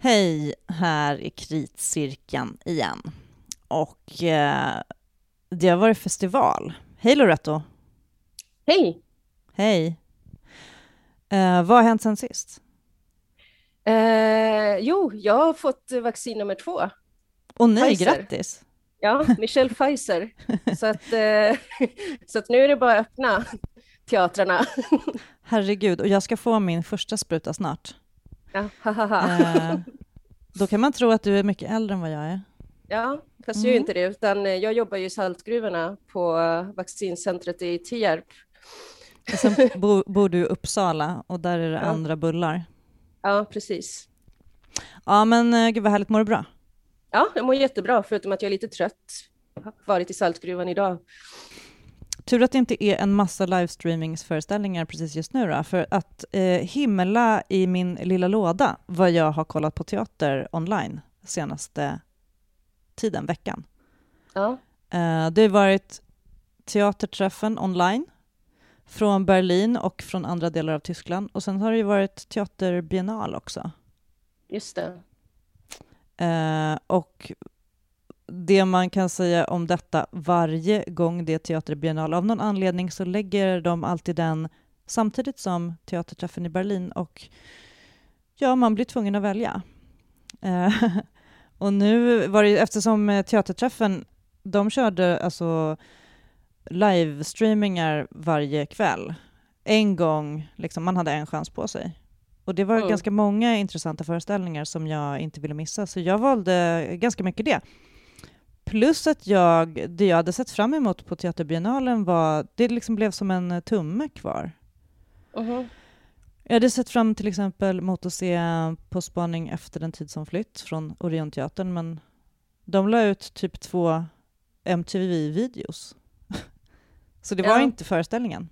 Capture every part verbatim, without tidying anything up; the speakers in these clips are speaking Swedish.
Hej, här är Kritcirkeln igen. Och eh, det har varit festival. Hej Loretto. Hej! Hej. Eh, vad har hänt sen sist? Eh, jo, jag har fått vaccin nummer två. Och nej, Pfizer. grattis. Ja, Michelle Pfizer. Så att, eh, så att nu är det bara att öppna teatrarna. Herregud, och jag ska få min första spruta snart. Ja, ha, ha, ha. Eh, då kan man tro att du är mycket äldre än vad jag är. Ja, fast jag är ju Mm. inte det, utan jag jobbar ju i saltgruvorna på vaccincentret i Tierp. Och sen bo, bor du i Uppsala och där är det Ja, andra bullar. ja, precis. Ja, men eh, gud vad härligt, mår du bra? Ja, jag mår jättebra, förutom att jag är lite trött. Jag har varit i saltgruvan idag. Tur att det inte är en massa livestreamingsföreställningar precis just nu då, för att eh, himla i min lilla låda vad jag har kollat på teater online senaste tiden, veckan. Ja, Eh, det har varit teaterträffen online från Berlin och från andra delar av Tyskland, och sen har det ju varit teaterbiennal också. just det. Eh, och det man kan säga om detta, varje gång det är teaterbiennal, av någon anledning så lägger de alltid den samtidigt som teaterträffen i Berlin, och ja, man blir tvungen att välja. Eh, och nu var det, eftersom teaterträffen, de körde alltså livestreamingar varje kväll. En gång, liksom, man hade en chans på sig. Och det var Mm. ganska många intressanta föreställningar som jag inte ville missa, så jag valde ganska mycket det. Plus att jag, det jag hade sett fram emot på teaterbiennalen var, det liksom blev som en tumme kvar. Mhm. Jag hade sett fram till exempel mot att se På spaning efter den tid som flytt från Orionteatern, men de la ut typ två M T V-videos. Så det var Ja. inte föreställningen.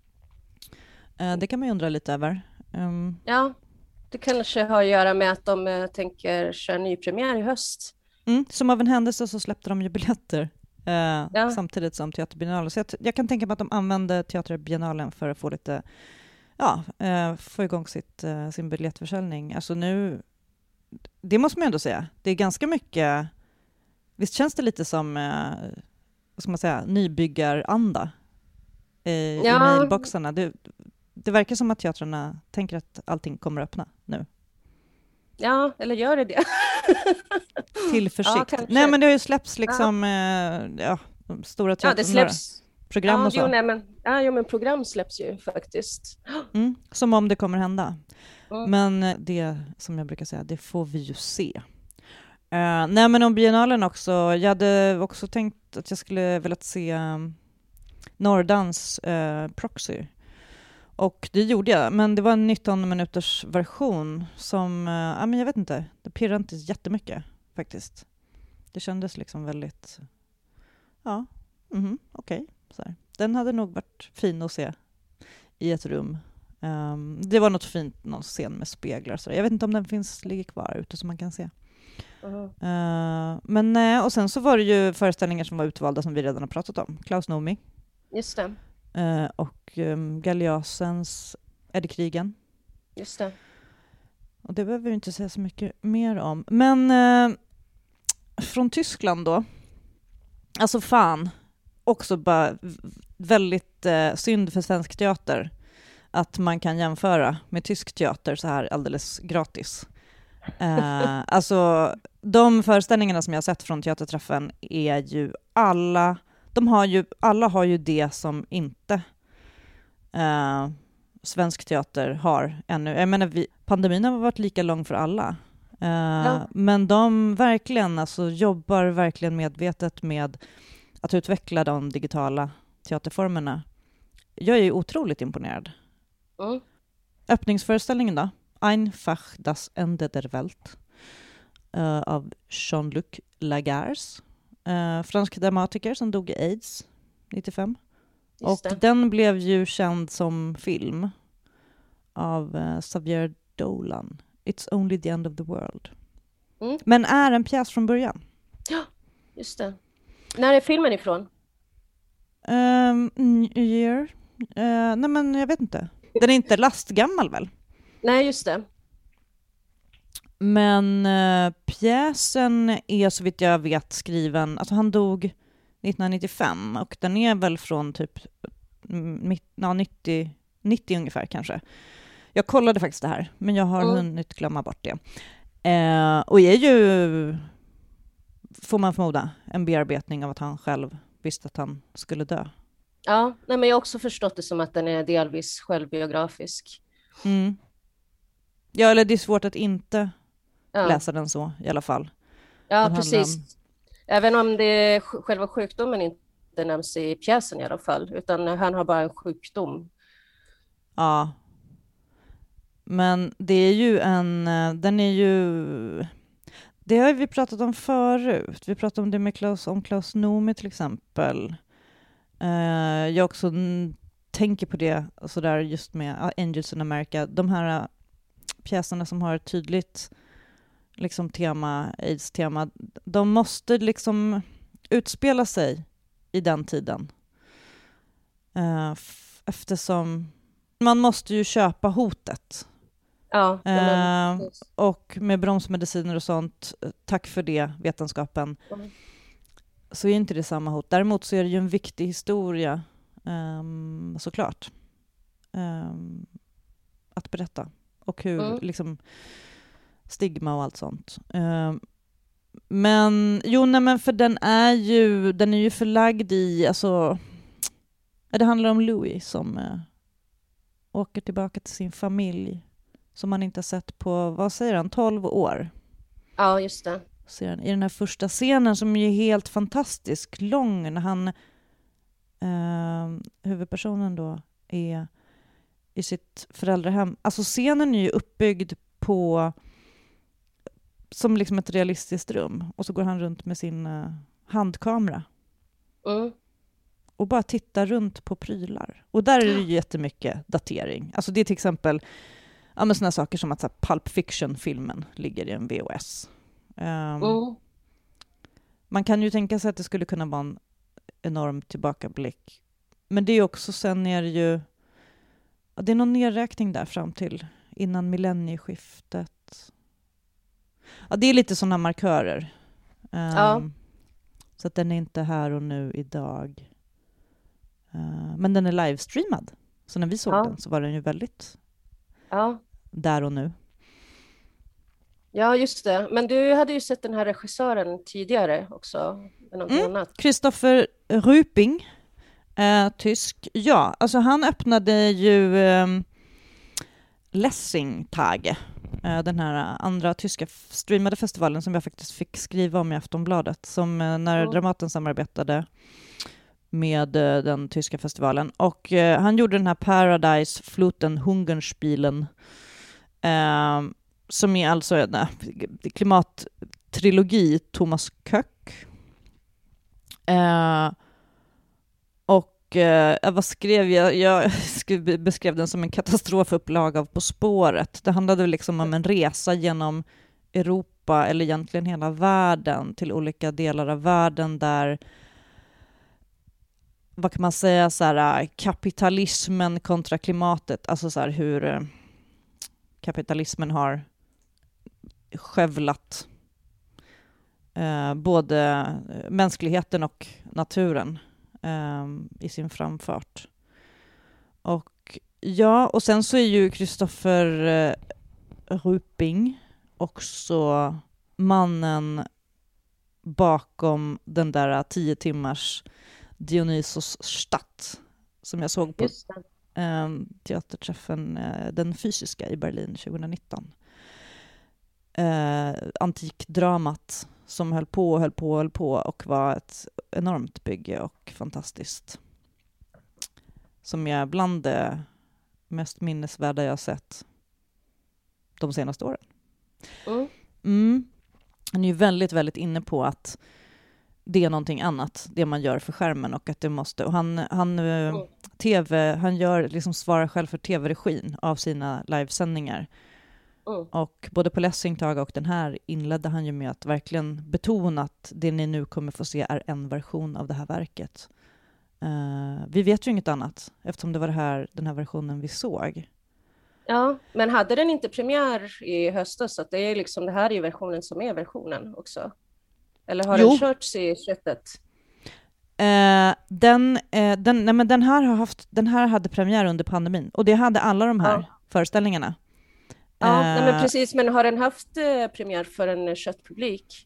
Eh, Det kan man ju undra lite över. Um, Ja, det kanske har att göra med att de eh, tänker köra nypremiär i höst. mm, som av en händelse så släppte de ju biljetter eh, Ja, samtidigt som teaterbiennalen. Så jag, t- jag kan tänka mig att de använde teaterbiennalen för att få lite, ja, eh, få igång sitt, eh, sin biljettförsäljning. Alltså nu, det måste man ändå säga, det är ganska mycket, visst känns det lite som, eh, vad ska man säga, nybyggaranda eh, i ja, mejlboxarna. Det, det verkar som att teatrarna tänker att allting kommer att öppna nu. ja, eller gör det det? Tillförsikt. Ja, kanske. Nej, men det har ju släppts liksom, eh, ja, de stora Ja, det teatrarna, släpps. program Ja, och jo, så. nej, men, ja, jo, men program släpps ju faktiskt. Mm, som om det kommer hända. Mm. Men eh, det, som jag brukar säga, det får vi ju se. Uh, nej, men om biennalen också. Jag hade också tänkt att jag skulle velat se um, Nordans uh, Proxy. Och det gjorde jag, men det var en nitton minuters version som, uh, ja, men jag vet inte, det pirrade inte jättemycket faktiskt. Det kändes liksom väldigt, ja, mhm, okej. Så här. Den hade nog varit fin att se i ett rum. Um, det var något fint, någon scen med speglar. Så jag vet inte om den finns, ligger kvar ute som man kan se. Mm. Uh, men nej, och sen så var det ju föreställningar som var utvalda som vi redan har pratat om. Klaus Nomi Just det, uh, och um, Galeasens Eddie Krigen. just det. Och det behöver vi inte säga så mycket mer om. Men uh, från Tyskland då. Alltså fan, också bara väldigt uh, synd för svensk teater att man kan jämföra med tysk teater så här alldeles gratis. Uh, alltså de föreställningarna som jag har sett från teaterträffen är ju alla, de har ju, alla har ju det som inte uh, svensk teater har ännu. Jag menar, vi, pandemin har varit lika lång för alla. Uh, Ja. Men de verkligen, alltså, jobbar verkligen medvetet med att utveckla de digitala teaterformerna. Jag är ju otroligt imponerad. Mm. Öppningsföreställningen då? Einfach das Ende der Welt uh, av Jean-Luc Lagars, uh, fransk dramatiker som dog i AIDS nittiofem. Just Och det. den blev ju känd som film av uh, Xavier Dolan. It's only the end of the world. Mm. Men är en pjäs från början. Just det. När är filmen ifrån? Um, New Year? Uh, nej men jag vet inte. Den är inte lastgammal väl? Nej, just det. Men uh, pjäsen är så vitt jag vet skriven, alltså han dog nittonhundranittiofem och den är väl från typ ja, nittio, nittio ungefär kanske. Jag kollade faktiskt det här, men jag har mm. hunnit glömma bort det. Uh, och är ju, får man förmoda, en bearbetning av att han själv visste att han skulle dö. Ja, nej, men jag har också förstått det som att den är delvis självbiografisk. Mm. Ja, eller det är svårt att inte ja. läsa den så i alla fall. Ja, den precis. Om... Även om det själva sjukdomen inte nämns i pjäsen i alla fall, utan han har bara en sjukdom. Ja. Men det är ju en, den är ju, det har vi pratat om förut. Vi pratade om det med Klaus, om Klaus Nomi till exempel. Uh, jag också n- tänker på det sådär just med uh, Angels in America. De här uh, pjäserna som har ett tydligt liksom tema, AIDS-tema, de måste liksom utspela sig i den tiden. Uh, f- eftersom man måste ju köpa hotet. Ja, men... uh, och med bromsmediciner och sånt, tack för det, vetenskapen. Mm. Så är inte det samma hot. Däremot så är det ju en viktig historia, um, såklart, um, att berätta. Och hur, mm. liksom, stigma och allt sånt. Um, men, jo, nej, men för den är ju, den är ju förlagd i, alltså, det handlar om Louis som uh, åker tillbaka till sin familj som han inte har sett på, vad säger han, tolv år. Ja, just det. I den här första scenen som är helt fantastisk, lång, när han eh, huvudpersonen då är i sitt föräldrahem. Alltså scenen är ju uppbyggd på som liksom ett realistiskt rum, och så går han runt med sin eh, handkamera mm. och bara tittar runt på prylar. Och där är det ju jättemycket datering. Alltså det är till exempel ja, men såna saker som att så här, Pulp Fiction-filmen ligger i en V H S. Um, mm. Man kan ju tänka sig att det skulle kunna vara en enorm tillbakablick. Men det är också, sen är det ju, ja, det är någon nedräkning där fram till innan millennieskiftet. Ja, det är lite sådana markörer. Um, ja. Så att den är inte här och nu idag. Uh, men den är livestreamad. Så när vi såg ja. den så var den ju väldigt ja. där och nu. Ja, just det. Men du hade ju sett den här regissören tidigare också. Mm. Christopher Ruping, eh, tysk. Ja, alltså han öppnade ju eh, Lessing-Tage, eh, den här andra tyska streamade festivalen som jag faktiskt fick skriva om i Aftonbladet, som eh, när mm. Dramaten samarbetade med eh, den tyska festivalen. Och eh, han gjorde den här Paradise Fluten Hungerspielen, eh, som är alltså en äh, klimattrilogi, Thomas Köck. Eh, och eh, vad skrev jag? Jag skrev, beskrev den som en katastrofupplag av På spåret. Det handlade liksom om en resa genom Europa, eller egentligen hela världen, till olika delar av världen där, vad kan man säga, så här, kapitalismen kontra klimatet, alltså så här, hur eh, kapitalismen har skövlat eh, både mänskligheten och naturen eh, i sin framfart. Och ja, och sen så är ju Christopher eh, Ruping också mannen bakom den där tio timmars Dionysos Stadt som jag såg på eh, teaterträffen eh, Den fysiska i Berlin tjugonitton. Eh, antikdramat som höll på och höll på och höll på och var ett enormt bygge och fantastiskt. Som är bland det mest minnesvärda jag sett de senaste åren. Mm. Mm. Han är ju väldigt, väldigt inne på att det är någonting annat, det man gör för skärmen, och att det måste, och han, han mm. tv, han gör, liksom svarar själv för tv-regin av sina livesändningar. Mm. Och både på Lessing-Tage och den här inledde han ju med att verkligen betona att det ni nu kommer få se är en version av det här verket. Uh, vi vet ju inget annat eftersom det var det här, den här versionen vi såg. Ja, men hade den inte premiär i höstas? Så att det är liksom det här är ju versionen som är versionen också. Eller har den Jo, körts i köttet? eh, den, eh, den, nej men den, här har haft, den här hade premiär under pandemin. Och det hade alla de här Ja, föreställningarna. ja, nej men Eh, precis. Men har den haft eh, premiär för en köttpublik?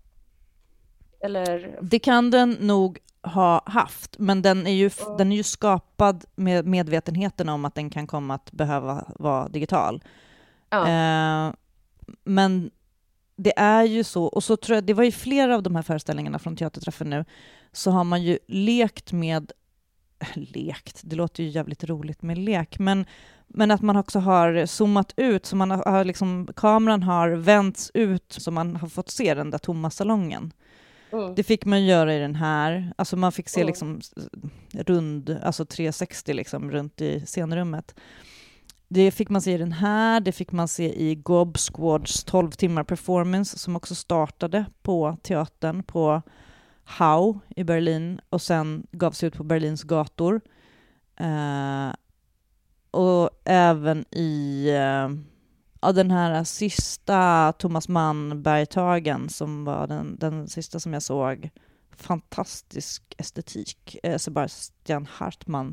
Eller? det kan den nog ha haft, men den är ju, Ja, den är ju skapad med medvetenheten om att den kan komma att behöva vara digital. ja, Eh, men det är ju så, och så tror jag, det var ju flera av de här föreställningarna från teaterträffen nu, så har man ju lekt med, lekt, det låter ju jävligt roligt med lek, men, men att man också har zoomat ut, så man har, har liksom, kameran har vänts ut så man har fått se den där tomma salongen. mm, Det fick man göra i den här, alltså man fick se mm, liksom rund, alltså trehundrasextio liksom runt i scenrummet. Det fick man se i den här, det fick man se i Gob Squads tolv timmar performance som också startade på teatern på Hau i Berlin och sen gavs ut på Berlins gator. Eh, och även i eh, ja, den här sista Thomas Mann-bergtagen som var den, den sista som jag såg. Fantastisk estetik. Eh, Sebastian Hartman.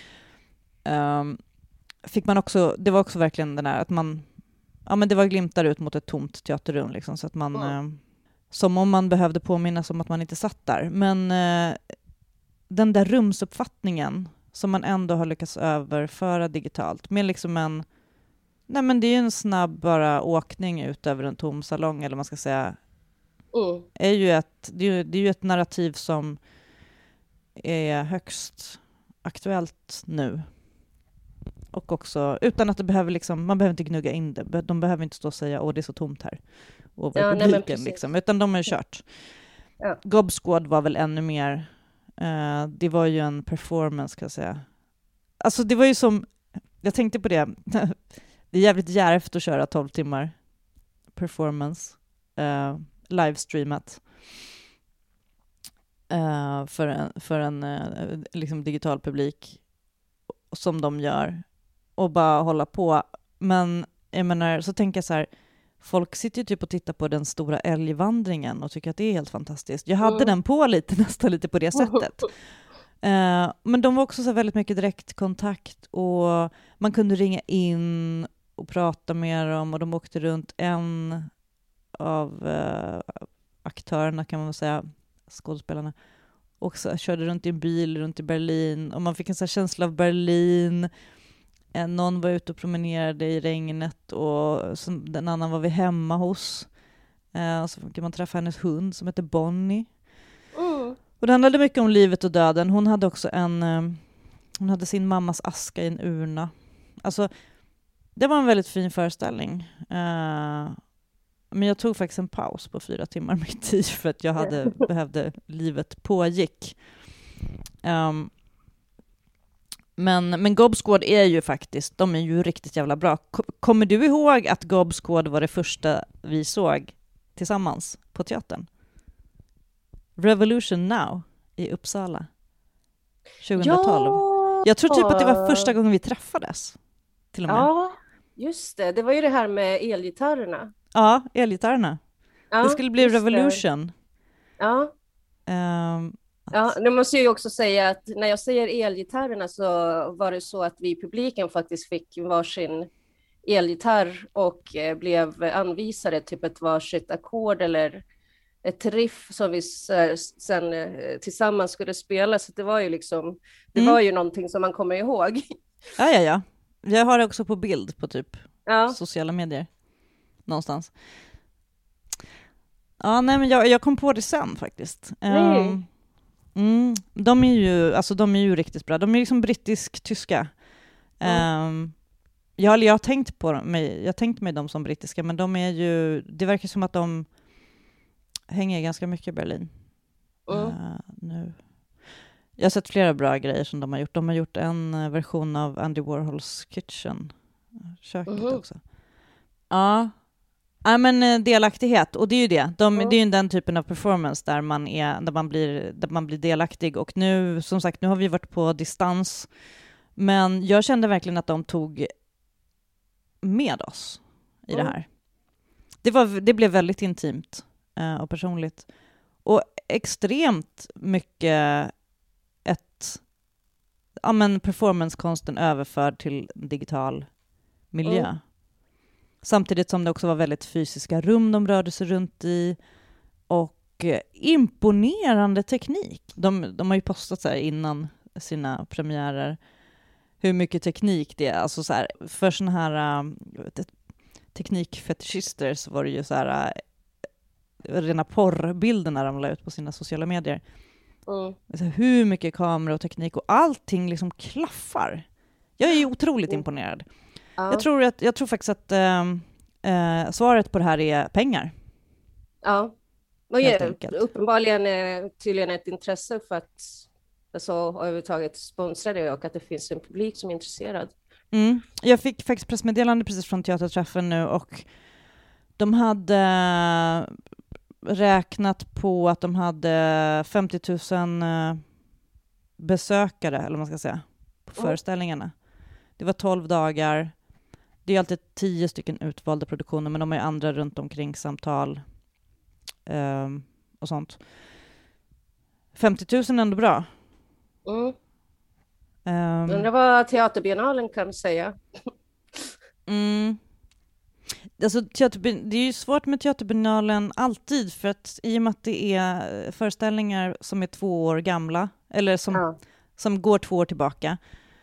Um, fick man också, det var också verkligen den där att man, ja men det var glimtar ut mot ett tomt teaterrum liksom, så att man, mm. eh, som om man behövde påminnas om att man inte satt där. Men eh, den där rumsuppfattningen som man ändå har lyckats överföra digitalt med liksom en, nej men det är ju en snabb bara åkning ut över en tom salong, eller man ska säga, Mm. är ju ett, det är ju, det är ju ett narrativ som är högst aktuellt nu. Och också, utan att det behöver liksom, man behöver inte gnugga in det. De behöver inte stå och säga, åh det är så tomt här. Över Ja, nej, men publiken precis. liksom. Utan de har ju kört. Ja. Gob Squad var väl ännu mer, eh, det var ju en performance kan jag säga. Alltså det var ju som, jag tänkte på det, det är jävligt djärvt att köra tolv timmar performance, eh, livestreamat. Eh, för en, för en eh, liksom digital publik som de gör. Och bara hålla på. Men jag menar, så tänker jag så här, folk sitter ju typ och tittar på den stora älgvandringen och tycker att det är helt fantastiskt. Jag hade Mm. den på lite, nästan lite på det sättet. Uh, men de var också så väldigt mycket direktkontakt och man kunde ringa in och prata med dem och de åkte runt. En av uh, aktörerna kan man väl säga, skådespelarna, och så körde runt i en bil runt i Berlin och man fick en sån här känsla av Berlin. Någon var ute och promenerade i regnet och den annan var vi hemma hos. Eh, och så fick man träffa hennes hund som heter Bonnie. Mm. Och det handlade mycket om livet och döden. Hon hade också en, eh, hon hade sin mammas aska i en urna. Alltså, det var en väldigt fin föreställning. Eh, men jag tog faktiskt en paus på fyra timmar mitt i för att jag hade, behövde, livet pågick. Um, Men, men Gob Squad är ju faktiskt, de är ju riktigt jävla bra. Kommer du ihåg att Gob Squad var det första vi såg tillsammans på teatern? Revolution Now i Uppsala tjugohundratolv. Ja, Jag tror typ att det var första gången vi träffades. Till och med. ja, just det. Det var ju det här med elgitarrerna. Ja, elgitarrerna. Ja, det skulle bli just det. Revolution. Ja. Um, Ja, nu måste jag ju också säga att när jag säger elgitarrerna så var det så att vi i publiken faktiskt fick varsin elgitarr och eh, blev anvisade typ ett varsitt ackord eller ett riff som vi s- sen eh, tillsammans skulle spela. Så det var ju liksom, det Mm. var ju någonting som man kommer ihåg. Ja, ja, ja. Jag har det också på bild på typ Ja, sociala medier. Någonstans. Ja, nej, men jag, jag kom på det sen faktiskt. Nej. Um, mm, de är ju, alltså de är ju riktigt bra. De är liksom brittisk-tyska. Mm. Um, jag, jag har tänkt på dem, jag har tänkt mig dem som brittiska, men de är ju, det verkar som att de hänger ganska mycket i Berlin. Mm. Uh, nu. Jag har sett flera bra grejer som de har gjort. De har gjort en uh, version av Andy Warhols Kitchen. Köket Mhm. också. Ja. Ja, men uh, delaktighet. Och det är ju det. De, Mm. Det är ju den typen av performance där man, är, där, man blir, där man blir delaktig. Och nu, som sagt, nu har vi varit på distans. Men jag kände verkligen att de tog med oss i Mm. det här. Det, var, det blev väldigt intimt eh, och personligt. Och extremt mycket ett ja, men performancekonsten överförd till digital miljö. Mm. Samtidigt som det också var väldigt fysiska rum de rörde sig runt i. Och eh, imponerande teknik. De, de har ju postat så här innan sina premiärer hur mycket teknik det är. Alltså så här, för såna här um, teknikfetischister så var det ju så här uh, rena porrbilderna de la ut på sina sociala medier. Mm. Alltså, hur mycket kamera och teknik och allting liksom klaffar. Jag är ju otroligt Mm. imponerad. Ja. Jag tror, att, jag tror faktiskt att um, uh, svaret på det här är pengar. Ja. Och Helt ja, enkelt. uppenbarligen är tydligen ett intresse för att alltså, överhuvudtaget sponsra det och att det finns en publik som är intresserad. Mm. Jag fick faktiskt pressmeddelande precis från teaterträffen nu och de hade räknat på att de hade femtio tusen besökare, eller vad man ska säga, på Mm. föreställningarna. Det var tolv dagar. Det är alltid tio stycken utvalda produktioner, men de har ju andra runt omkring samtal um, och sånt. femtio tusen är ändå bra. Mm. Um, Undrar vad teaterbiennalen kan säga. Mm. Alltså, teaterbi- det är ju svårt med teaterbiennalen alltid, för att i och med att det är föreställningar som är två år gamla, eller som, Ja. som går två år tillbaka,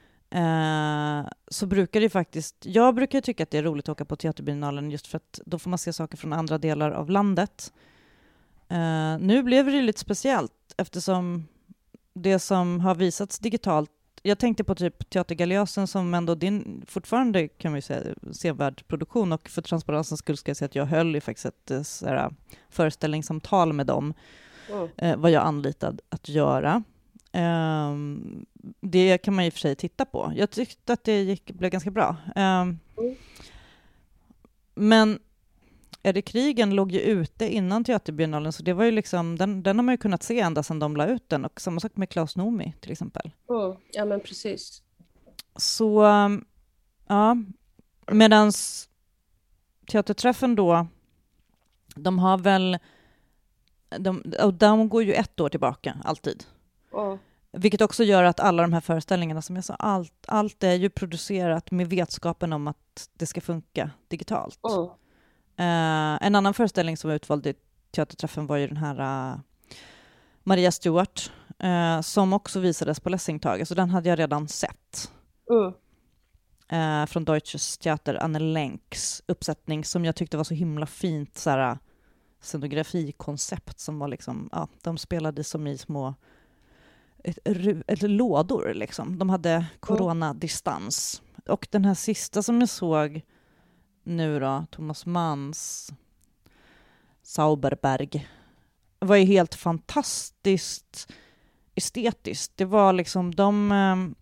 eh, så brukar det faktiskt, jag brukar tycka att det är roligt att åka på teaterbiennalen just för att då får man se saker från andra delar av landet. Eh, nu blev det lite speciellt eftersom det som har visats digitalt, jag tänkte på typ Teatergaleasen som ändå din fortfarande kan man ju säga sevärd produktion, och för transparensens skull ska jag säga att jag höll ju faktiskt ett eh, sådär, föreställningssamtal med dem, Mm. eh, vad jag anlitad att göra. Um, det kan man ju för sig titta på. Jag tyckte att det gick, blev ganska bra. Um, Mm. Men Är det krigen låg ju ute innan teaterbiennalen, så det var ju liksom, den, den har man ju kunnat se ända sedan de la ut den, och samma sak med Klaus Nomi till exempel. Mm. Ja, men precis. Så um, ja, medans teaterträffen då, de har väl, de, och de går ju ett år tillbaka alltid. Mm. Vilket också gör att alla de här föreställningarna, som jag sa, allt, allt är ju producerat med vetskapen om att det ska funka digitalt. Mm. Uh, en annan föreställning som var utvald i teaterträffen var ju den här uh, Maria Stuart, uh, som också visades på Lessingtage, så den hade jag redan sett. Mm. Uh, från Deutsches Theater, Anne Lenks uppsättning, som jag tyckte var så himla fint såhär, scenografikoncept som var liksom, ja, de spelade som i små ett, ett, lådor liksom. De hade coronadistans. Och den här sista som jag såg nu då, Thomas Manns Sauberberg, var ju helt fantastiskt estetiskt. Det var liksom de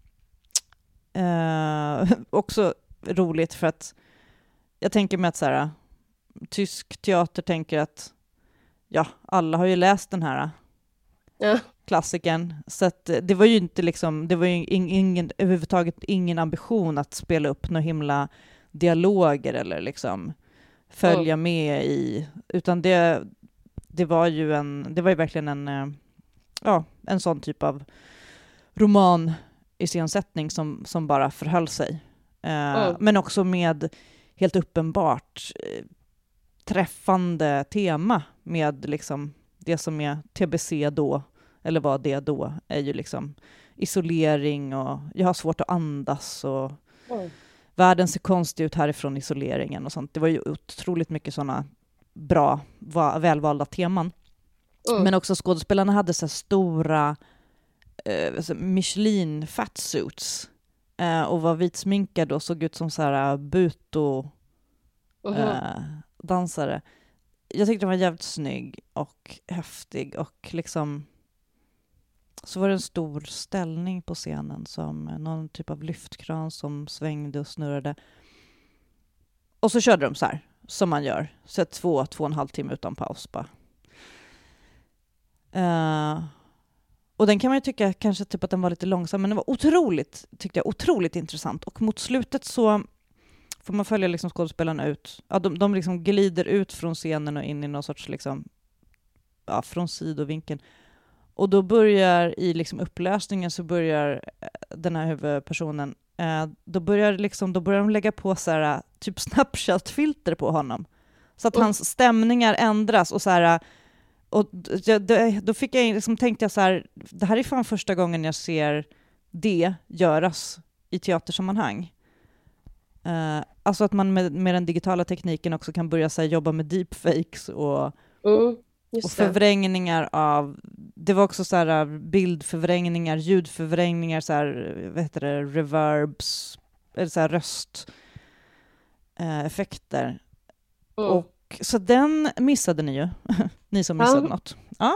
eh, också roligt för att jag tänker mig att så här, tysk teater tänker att ja, alla har ju läst den här Ja. klassikern, så att det var ju inte liksom, det var ju ingen, överhuvudtaget ingen ambition att spela upp några himla dialoger eller liksom följa mm. med i, utan det, det var ju en, det var ju verkligen en, ja, en sån typ av roman iscensättning som, som bara förhöll sig. Mm. Uh, men också med helt uppenbart uh, träffande tema med liksom det som är T B C då, eller vad det då är, ju liksom isolering och jag har svårt att andas och mm. världen ser konstig ut härifrån isoleringen och sånt. Det var ju otroligt mycket sådana bra, välvalda teman. Mm. Men också skådespelarna hade så stora eh, Michelin fatsuits eh, och var vitsminkade och såg ut som så här buto mm-hmm. eh, dansare. Jag tyckte den var jävligt snygg och häftig, och liksom så var det en stor ställning på scenen som någon typ av lyftkran som svängde och snurrade. Och så körde de så här, som man gör. Så två, två och en halv timme utan paus bara. Uh, och den kan man ju tycka kanske typ att den var lite långsam, men den var otroligt, tyckte jag, otroligt intressant. Och mot slutet så får man följa liksom skådespelarna ut. Ja, de, de liksom glider ut från scenen och in i någon sorts liksom, ja, från sidovinkeln. Och då börjar i liksom upplösningen så börjar den här huvudpersonen, eh, då börjar liksom, då börjar de lägga på så här, typ Snapchat-filter på honom. Så att mm. hans stämningar ändras och så här, och då fick jag liksom, tänkte jag så här, det här är fan första gången jag ser det göras i teatersammanhang. Uh, alltså att man med, med den digitala tekniken också kan börja så här, jobba med deepfakes och, mm, och förvrängningar av, det var också så här bildförvrängningar, ljudförvrängningar, så här, vad heter det, reverbs, eller så här rösteffekter. Uh, mm. Och så den missade ni ju, ni som missade ja. något. Ja.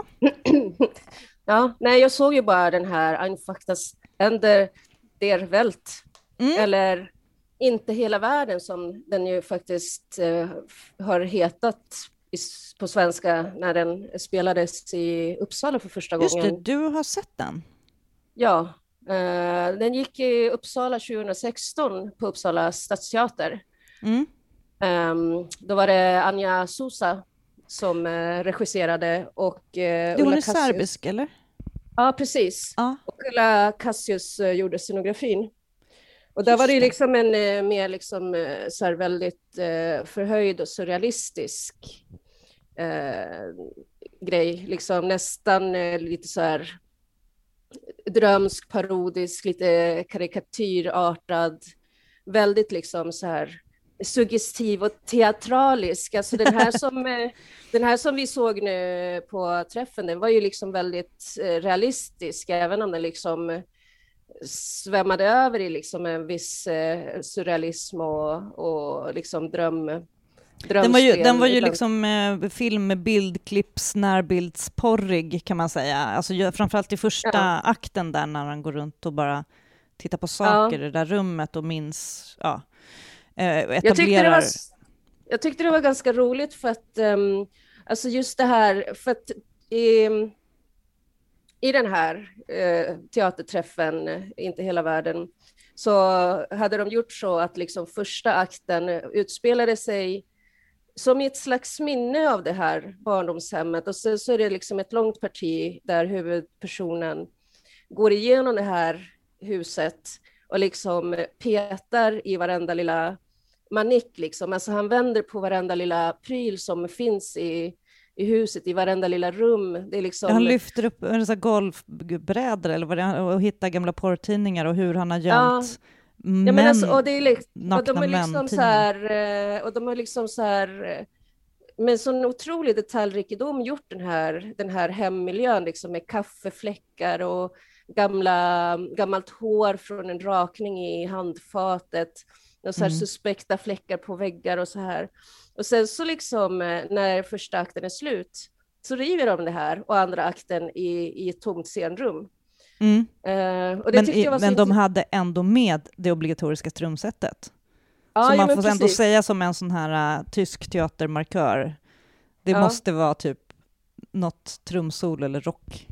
Ja, nej, jag såg ju bara den här Einfach das Ende der Welt, mm. eller Inte hela världen, som den ju faktiskt eh, har hetat i, på svenska när den spelades i Uppsala för första Just gången. Just det, du har sett den. Ja, eh, den gick i Uppsala tjugohundrasexton på Uppsala stadsteater. Mm. Um, då var det Anja Sousa som uh, regisserade och uh, Ulla Cassius. Hon är serbisk, eller? Ja, precis. Ah. Och Ulla Cassius uh, gjorde scenografin. Och där Just var det liksom en uh, mer liksom, uh, så här väldigt uh, förhöjd och surrealistisk uh, grej. Liksom nästan uh, lite så här drömsk, parodisk, lite karikatyrartad. Väldigt liksom så här suggestiv och teatralisk. Alltså den här som den här som vi såg nu på träffen, den var ju liksom väldigt realistisk, även om den liksom svämmade över i liksom en viss surrealism och, och liksom dröm drömspel. Den var ju, den var ju liksom eh, film med bildklipps, närbildsporrig kan man säga. Alltså framförallt i första ja. akten där när han går runt och bara tittar på saker ja. i det där rummet och minns, ja. Etablerar... Jag, tyckte det var, jag tyckte det var ganska roligt för att um, alltså just det här, för att i, i den här uh, teaterträffen Inte hela världen, så hade de gjort så att liksom första akten utspelade sig som ett slags minne av det här barndomshemmet, och så, så är det liksom ett långt parti där huvudpersonen går igenom det här huset och liksom petar i varenda lilla manick liksom. Alltså han vänder på varenda lilla pryl som finns i, i huset, i varenda lilla rum. Det är liksom... Han lyfter upp en sån golfbrädor eller vad det är, och hittar gamla porrtidningar och hur han har gömt ja. män, ja, men alltså, och det är liksom, nakna och de är liksom så här, och de har liksom så här med sån otrolig detaljrikedom gjort den här, den här hemmiljön liksom, med kaffefläckar och gamla, gammalt hår från en rakning i handfatet och så här mm. suspekta fläckar på väggar och så här. Och sen så liksom när första akten är slut så river de det här och andra akten i, i ett tomt scenrum. Mm. Uh, och det men tyckte jag var men så de hade ändå med det obligatoriska trumsetet. Ja, så ja, man får precis. ändå säga som en sån här uh, tysk teatermarkör. Det ja. måste vara typ något trumsol eller rock.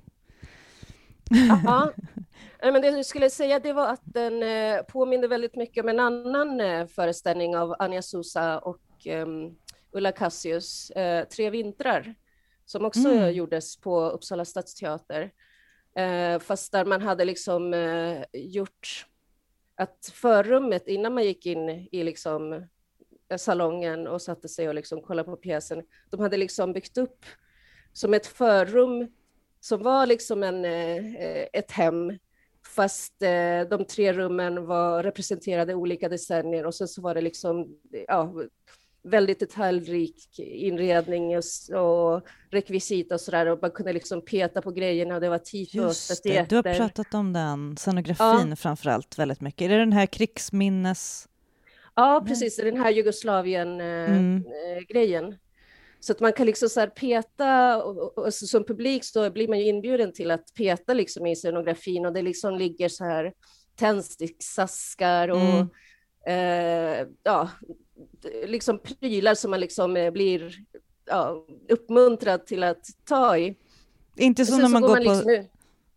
Ja, men det jag skulle säga det var att den eh, påminner väldigt mycket om en annan eh, föreställning av Anja Sousa och eh, Ulla Cassius, eh, Tre vintrar, som också mm. gjordes på Uppsala stadsteater. Eh, fast där man hade liksom eh, gjort att förrummet innan man gick in i liksom salongen och satte sig och liksom kollade på pjäsen, de hade liksom byggt upp som ett förrum som var liksom en, ett hem, fast de tre rummen var representerade olika decennier, och sen så var det liksom ja, väldigt detaljrik inredning och, och rekvisit och sådär, och man kunde liksom peta på grejerna och det var Tito och statyetter. Du har pratat om den scenografin ja. framförallt väldigt mycket. Är det den här krigsminnes... Ja, precis. Den här Jugoslavien-grejen. Mm. Så att man kan liksom så här peta, och, och, och som publik så blir man ju inbjuden till att peta liksom i scenografin, och det liksom ligger så här tändsticksaskar och mm. eh, ja, liksom prylar som man liksom blir ja, uppmuntrad till att ta i. Inte som när man, man går på... Liksom,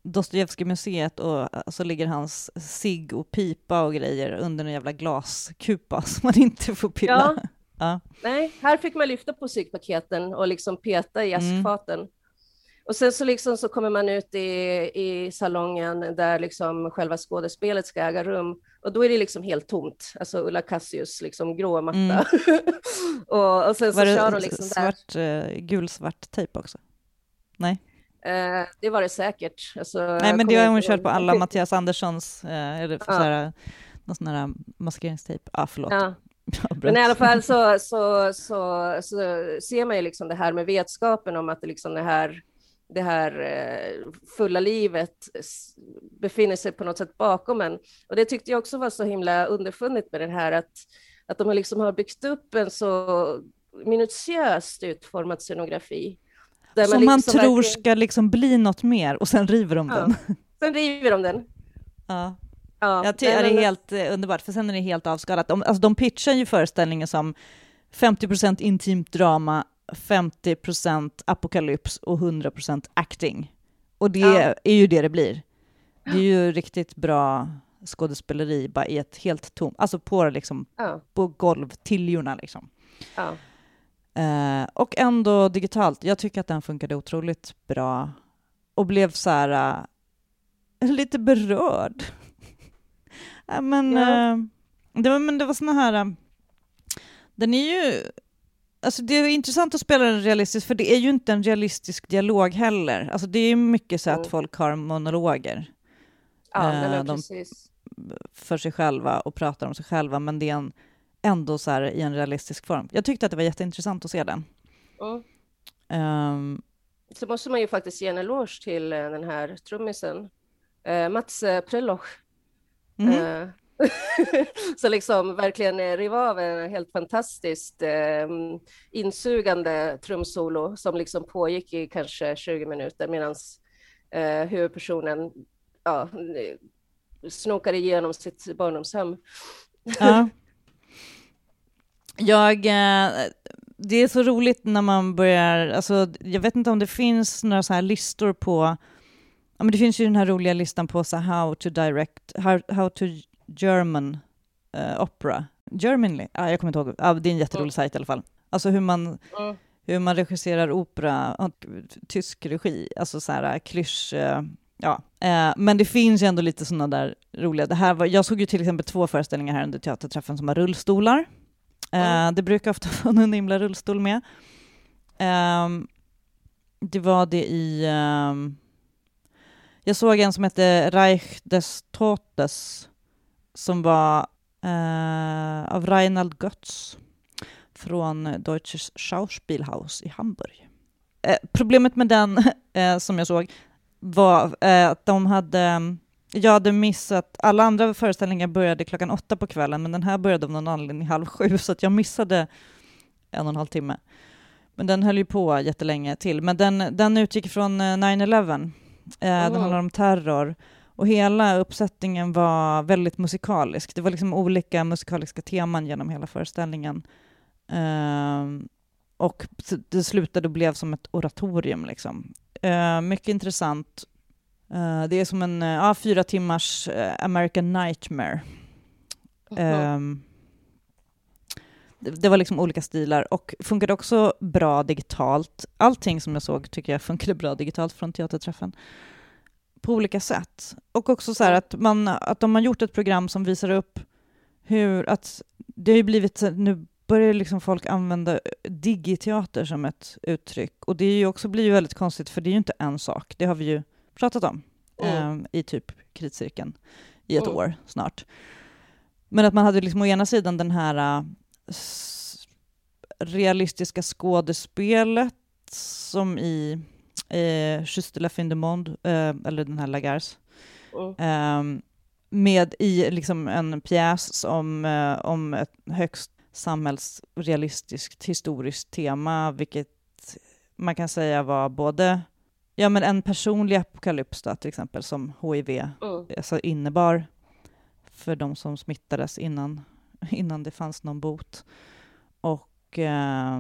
Dostojevskij-museet och så ligger hans cigg och pipa och grejer under en jävla glaskupa som man inte får pilla. Ja. Ja. Nej, här fick man lyfta på ciggpaketen och liksom peta i askfaten. Mm. Och sen så, liksom så kommer man ut i, i salongen där liksom själva skådespelet ska äga rum. Och då är det liksom helt tomt. Alltså Ulla Cassius liksom grå matta. Mm. och, och sen så var det kör de liksom svart, där. Uh, gulsvart tejp också? Nej. Uh, det var det säkert. Alltså, Nej, men det har hon kört på alla Mattias Anderssons, uh, eller ja. sådär, någon sån här maskeringstejp. Ah, förlåt. Ja. Men i alla fall så, så, så, så ser man ju liksom det här med vetskapen om att det, liksom det här, det här fulla livet befinner sig på något sätt bakom en. Och det tyckte jag också var så himla underfundigt med den här, att, att de liksom har byggt upp en så minutiöst utformad scenografi. Där som man, liksom man tror verkligen... ska liksom bli något mer och sen river de ja. den. Sen river de den. Ja. Ja, jag tycker det är helt eh, underbart, för sen är det helt avskalat. De, alltså, de pitchar ju föreställningen som femtio procent intimt drama, femtio procent apokalyps och hundra procent acting. Och det ja. är ju det det blir. Det är ju riktigt bra skådespeleri bara i ett helt tomt, alltså på, liksom, ja. på golvtiljorna liksom. Ja. Eh, och ändå digitalt. Jag tycker att den funkade otroligt bra och blev så här uh, lite berörd. Ja, men, ja. Uh, det var, men det var såna här... Uh, den är ju... Alltså det är intressant att spela den realistiskt, för det är ju inte en realistisk dialog heller. Alltså det är mycket så att mm. folk har monologer. Ja, uh, men de precis. För sig själva och pratar om sig själva, men det är en, ändå så här i en realistisk form. Jag tyckte att det var jätteintressant att se den. Mm. Um, så måste man ju faktiskt ge en eloge till uh, den här trummisen. Uh, Mats uh, Preloch. Mm. Uh, så liksom verkligen rev av en helt fantastiskt uh, insugande trumsolo som liksom pågick i kanske tjugo minuter medan uh, huvudpersonen ja, snokade igenom sitt barndomshem. Ja. Jag, uh, det är så roligt när man börjar, alltså jag vet inte om det finns några så här listor på. Ja, men det finns ju den här roliga listan på så how to direct, how, how to German uh, opera. Germanly? Ah, jag kommer inte ihåg. Ah, det är en jätterolig mm. sajt i alla fall. Alltså hur man, mm. hur man regisserar opera och tysk regi. Alltså så här klysch. Uh, ja. Uh, men det finns ju ändå lite sådana där roliga. Det här var, jag såg ju till exempel två föreställningar här under teaterträffen som har rullstolar. Uh, mm. Det brukar ofta vara en himla rullstol med. Uh, det var det i... Uh, Jag såg en som hette Reich des Totes som var eh, av Reinhard Götz från Deutsches Schauspielhaus i Hamburg. Eh, problemet med den eh, som jag såg var eh, att de hade, jag hade missat, alla andra föreställningar började klockan åtta på kvällen, men den här började av någon anledning halv sju, så att jag missade en och en halv timme. Men den höll ju på jättelänge till. Men den, den utgick från nine eleven. Eh, mm. Den handlar om terror. Och hela uppsättningen var väldigt musikalisk. Det var liksom olika musikaliska teman genom hela föreställningen. Eh, och det slutade och blev som ett oratorium. Liksom. Eh, mycket intressant. Eh, det är som en ja, fyra timmars American Nightmare. Mm. Eh, det, det var liksom olika stilar. Och funkade också bra digitalt. Allting som jag såg tycker jag funkade bra digitalt från teaterträffen. På olika sätt. Och också så här att, man, att de har gjort ett program som visar upp hur att det har ju blivit, nu börjar liksom folk använda digiteater som ett uttryck. Och det är ju också, blir ju väldigt konstigt, för det är ju inte en sak. Det har vi ju pratat om mm. eh, i typ kritcirkeln i ett mm. år snart. Men att man hade liksom å ena sidan den här uh, s- realistiska skådespelet som i Eh, Juste de la fin du monde, eh, eller den här Lagars, mm. eh, med i liksom en pjäs som, eh, om ett högst samhällsrealistiskt historiskt tema, vilket man kan säga var både ja, men en personlig apokalyps då, till exempel, som H I V mm. alltså innebar för de som smittades innan, innan det fanns någon bot. Och eh,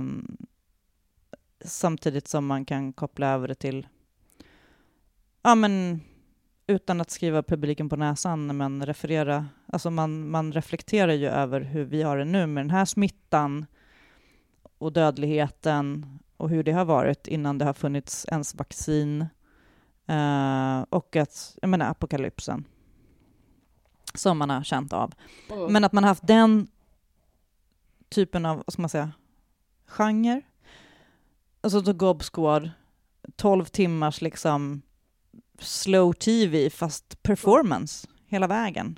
samtidigt som man kan koppla över det till ja, men utan att skriva publiken på näsan, men referera, alltså man, man reflekterar ju över hur vi har det nu med den här smittan och dödligheten och hur det har varit innan det har funnits ens vaccin uh, och att, jag menar, apokalypsen som man har känt av. Mm. Men att man har haft den typen av, vad ska man säga, genre. Alltså The Gob Squad, tolv timmars liksom slow tv fast performance mm. hela vägen.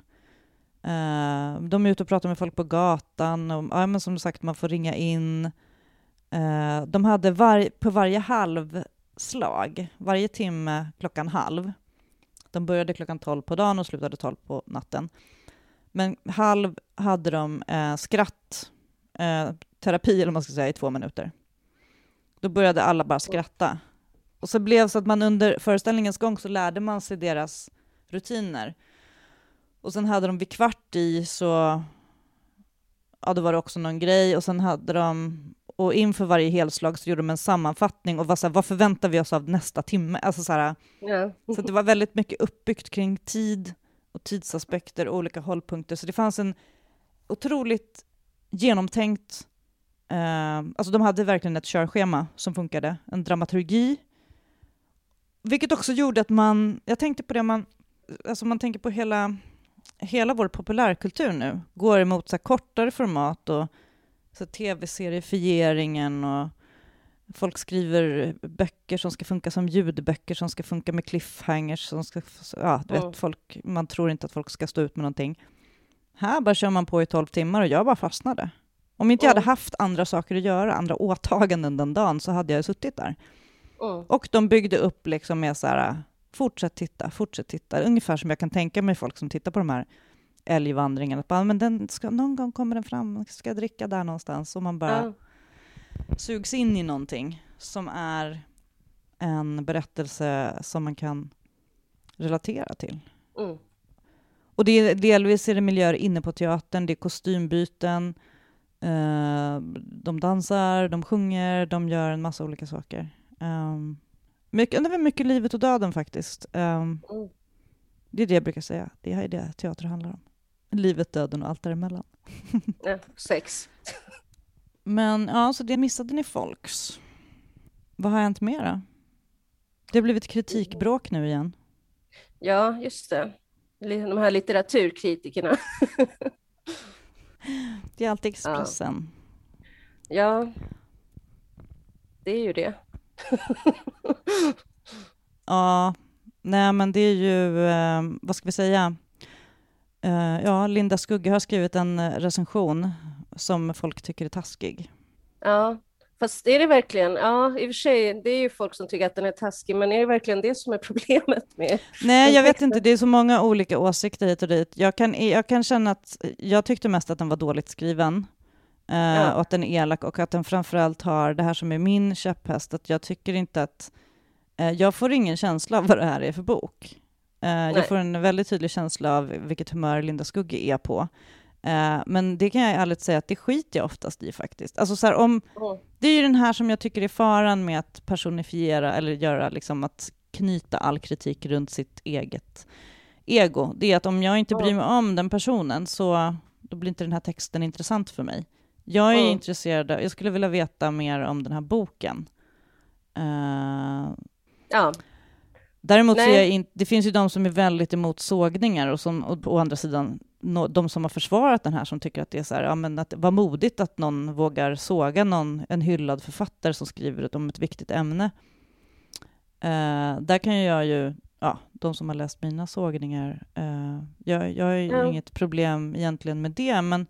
Uh, de är ute och pratar med folk på gatan och ja, men som sagt, man får ringa in. Uh, de hade var, på varje halvslag, varje timme klockan halv. De började klockan tolv på dagen och slutade tolv på natten. Men halv hade de uh, skratt uh, terapi, eller vad man ska säga, i två minuter. Då började alla bara skratta. Och så blev det så att man under föreställningens gång så lärde man sig deras rutiner. Och sen hade de vid kvart i så, ja, då var det också någon grej. Och sen hade de, och inför varje helslag så gjorde de en sammanfattning och var så här, vad förväntar vi oss av nästa timme? Alltså så här, ja. Så det var väldigt mycket uppbyggt kring tid och tidsaspekter och olika hållpunkter. Så det fanns en otroligt genomtänkt, eh, alltså de hade verkligen ett körschema som funkade, en dramaturgi. Vilket också gjorde att man, jag tänkte på det, man, alltså man tänker på hela, hela vår populärkultur nu, går emot så här kortare format och så tv-serifieringen och folk skriver böcker som ska funka som ljudböcker, som ska funka med cliffhangers, som ska, ja, du mm. vet, folk, man tror inte att folk ska stå ut med någonting. Här bara kör man på i tolv timmar och jag bara fastnade. Om inte jag mm. hade haft andra saker att göra, andra åtaganden den dagen, så hade jag suttit där. Mm. Och de byggde upp liksom med så här, fortsätt titta, fortsätt titta. Ungefär som jag kan tänka mig folk som tittar på de här älgvandringarna. Att bara, men den ska, någon gång kommer den fram, ska jag dricka där någonstans. Och man bara mm. sugs in i någonting som är en berättelse som man kan relatera till. Mm. Och det är, delvis är det miljöer inne på teatern, det är kostymbyten, eh, de dansar, de sjunger, de gör en massa olika saker. Um, mycket, det var mycket livet och döden faktiskt. Um, mm. Det är det jag brukar säga. Det är det teater handlar om. Livet, döden och allt däremellan. Ja, sex. Men ja, så det missade ni folks. Vad har hänt mer då? Det har blivit kritikbråk nu igen. Ja, just det. De här litteraturkritikerna. Det är alltid Expressen. Ja, ja. Det är ju det. Ja, nej men det är ju, eh, vad ska vi säga? Eh, ja, Linda Skugge har skrivit en recension som folk tycker är taskig. Ja, fast är det verkligen, ja i och för sig, det är ju folk som tycker att den är taskig, men är det verkligen det som är problemet med Nej, jag vet inte, det är så många olika åsikter hit och dit. Jag kan, jag kan känna att, jag tyckte mest att den var dåligt skriven. Uh, ja. Och att den är elak och att den framförallt har det här som är min käpphäst, att jag tycker inte att uh, jag får ingen känsla av vad det här är för bok. Uh, jag får en väldigt tydlig känsla av vilket humör Linda Skugge är på. Uh, men det kan jag ärligt säga att det skiter jag oftast i faktiskt. Alltså så här, om, mm. Det är ju den här som jag tycker är faran med att personifiera eller göra liksom att knyta all kritik runt sitt eget ego. Det är att om jag inte bryr mig om den personen så då blir inte den här texten intressant för mig. Jag är mm. intresserad, jag skulle vilja veta mer om den här boken. Uh, ja. Däremot så är jag in, det finns ju de som är väldigt emot sågningar och, som, och å andra sidan no, de som har försvarat den här som tycker att det är så här, ja, men att det var modigt att någon vågar såga någon, en hyllad författare som skriver om ett viktigt ämne. Uh, där kan jag ju, ja, de som har läst mina sågningar, uh, jag, jag har ju ja. inget problem egentligen med det, men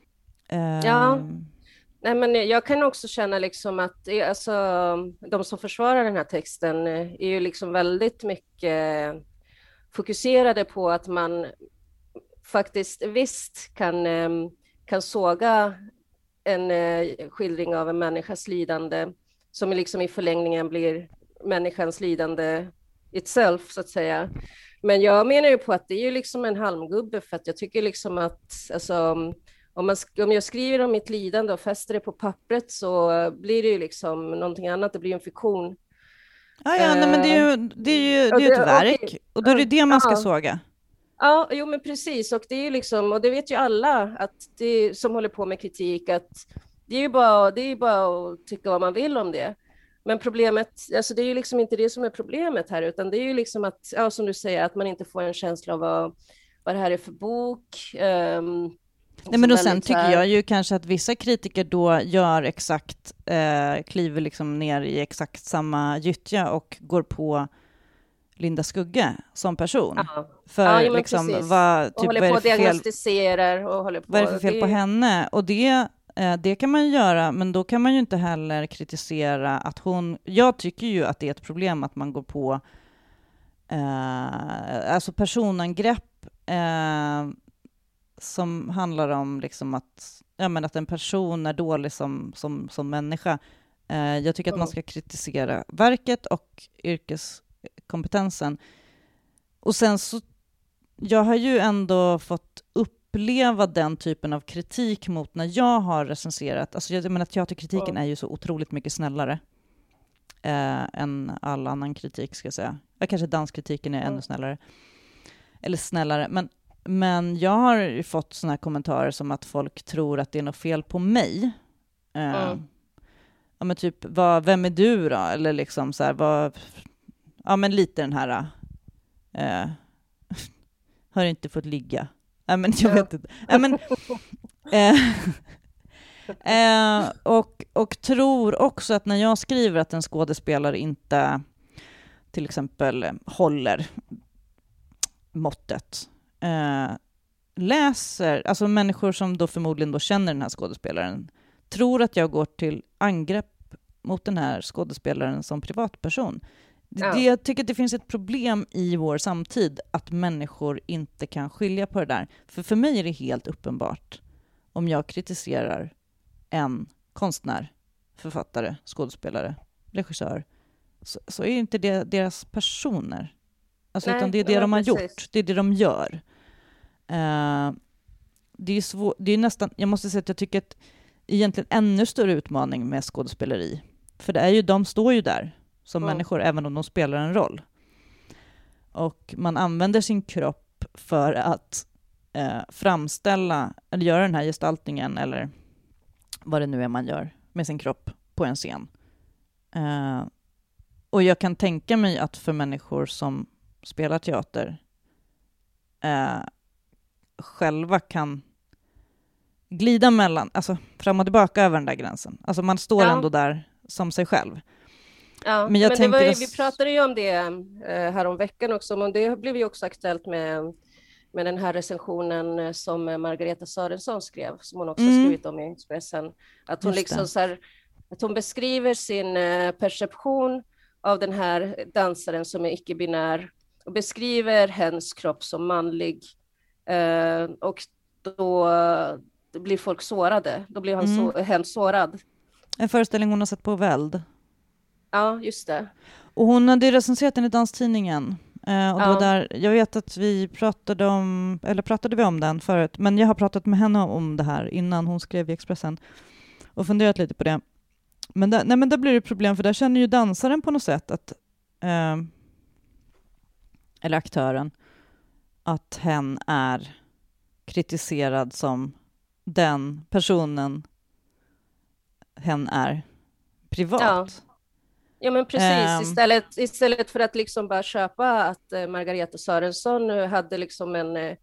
ja, nej men jag kan också känna liksom att alltså, de som försvarar den här texten är ju liksom väldigt mycket fokuserade på att man faktiskt visst kan, kan såga en skildring av en människas lidande som liksom i förlängningen blir människans lidande itself så att säga. Men jag menar ju på att det är ju liksom en halmgubbe, för att jag tycker liksom att alltså, Om, man, om jag skriver om mitt lidande och fäster det på pappret så blir det ju liksom någonting annat, det blir en fiktion. Ah, ja, nej, men det är ju, det är ju, det är ju ett verk, okay. Och då är det det man ska ja. såga. Ja, jo men precis, och det är ju liksom, och det vet ju alla att det, som håller på med kritik, att det är ju bara, det är bara att tycka vad man vill om det. Men problemet, alltså det är ju liksom inte det som är problemet här, utan det är ju liksom att, ja, som du säger, att man inte får en känsla av vad, vad det här är för bok. Um, Nej, men och sen tycker jag ju kanske att vissa kritiker då gör exakt, eh, kliver liksom ner i exakt samma gyttja och går på Linda Skugge som person. Ja. För ja, liksom, vad, typ, och håller på att diagnostiserar och håller på. Vad är det för fel det... på henne? Och det, eh, det kan man göra, men då kan man ju inte heller kritisera att hon... Jag tycker ju att det är ett problem att man går på eh, alltså personangrepp eh, som handlar om liksom att, ja, men att en person är dålig som, som, som människa. Eh, jag tycker att man ska kritisera verket och yrkeskompetensen. Och sen så, jag har ju ändå fått uppleva den typen av kritik mot när jag har recenserat. Alltså jag menar, teaterkritiken är ju så otroligt mycket snällare eh, än all annan kritik, ska jag säga. Ja, kanske danskritiken är ännu snällare. Eller snällare, men Men jag har ju fått såna här kommentarer som att folk tror att det är något fel på mig. Mm. Uh, ja, men typ, vad, vem är du då? Eller liksom så här, vad, ja, men lite den här, uh, har inte fått ligga. Ja, men jag vet inte. Ja, men, uh, uh, och, och tror också att när jag skriver att en skådespelare inte till exempel håller måttet, Uh, läser, alltså människor som då förmodligen då känner den här skådespelaren, tror att jag går till angrepp mot den här skådespelaren som privatperson. Ja. Det, jag tycker att det finns ett problem i vår samtid att människor inte kan skilja på det där. För för mig är det helt uppenbart om jag kritiserar en konstnär, författare, skådespelare, regissör, så, så är inte det deras personer. Alltså, Nej, utan det är det de har precis. gjort, det är det de gör. Uh, det är svår, det är nästan, jag måste säga att jag tycker att egentligen ännu större utmaning med skådespeleri. För det är ju, de står ju där som mm. människor, även om de spelar en roll. Och man använder sin kropp för att uh, framställa, eller göra den här gestaltningen, eller vad det nu är man gör med sin kropp på en scen. Uh, och jag kan tänka mig att för människor som spelar teater uh, själva kan glida mellan, alltså fram och tillbaka över den där gränsen. Alltså man står ja. ändå där som sig själv. Ja, men, jag men det var ju, att... vi pratade ju om det eh, här om veckan också, men det blev ju också aktuellt med, med den här recensionen som Margareta Sörensson skrev, som hon också mm. skrivit om i Expressen. Att hon liksom så här, att hon beskriver sin eh, perception av den här dansaren som är icke-binär och beskriver hennes kropp som manlig. Uh, och då, då blir folk sårade. Då blir han mm. så, hen sårad. En föreställning hon har sett på Väld. Ja, just det. Och hon hade recenserat den i Danstidningen. Uh, och ja. då där, jag vet att vi pratade om, eller pratade vi om den förut, men jag har pratat med henne om det här innan hon skrev i Expressen och funderat lite på det. Men där, nej, men där blir det problem, för där känner ju dansaren på något sätt att uh, eller aktören, att hen är kritiserad som den personen hen är privat. Ja, ja men precis. Um, istället, istället för att liksom bara köpa att uh, Margareta Sörensson hade liksom en, uh,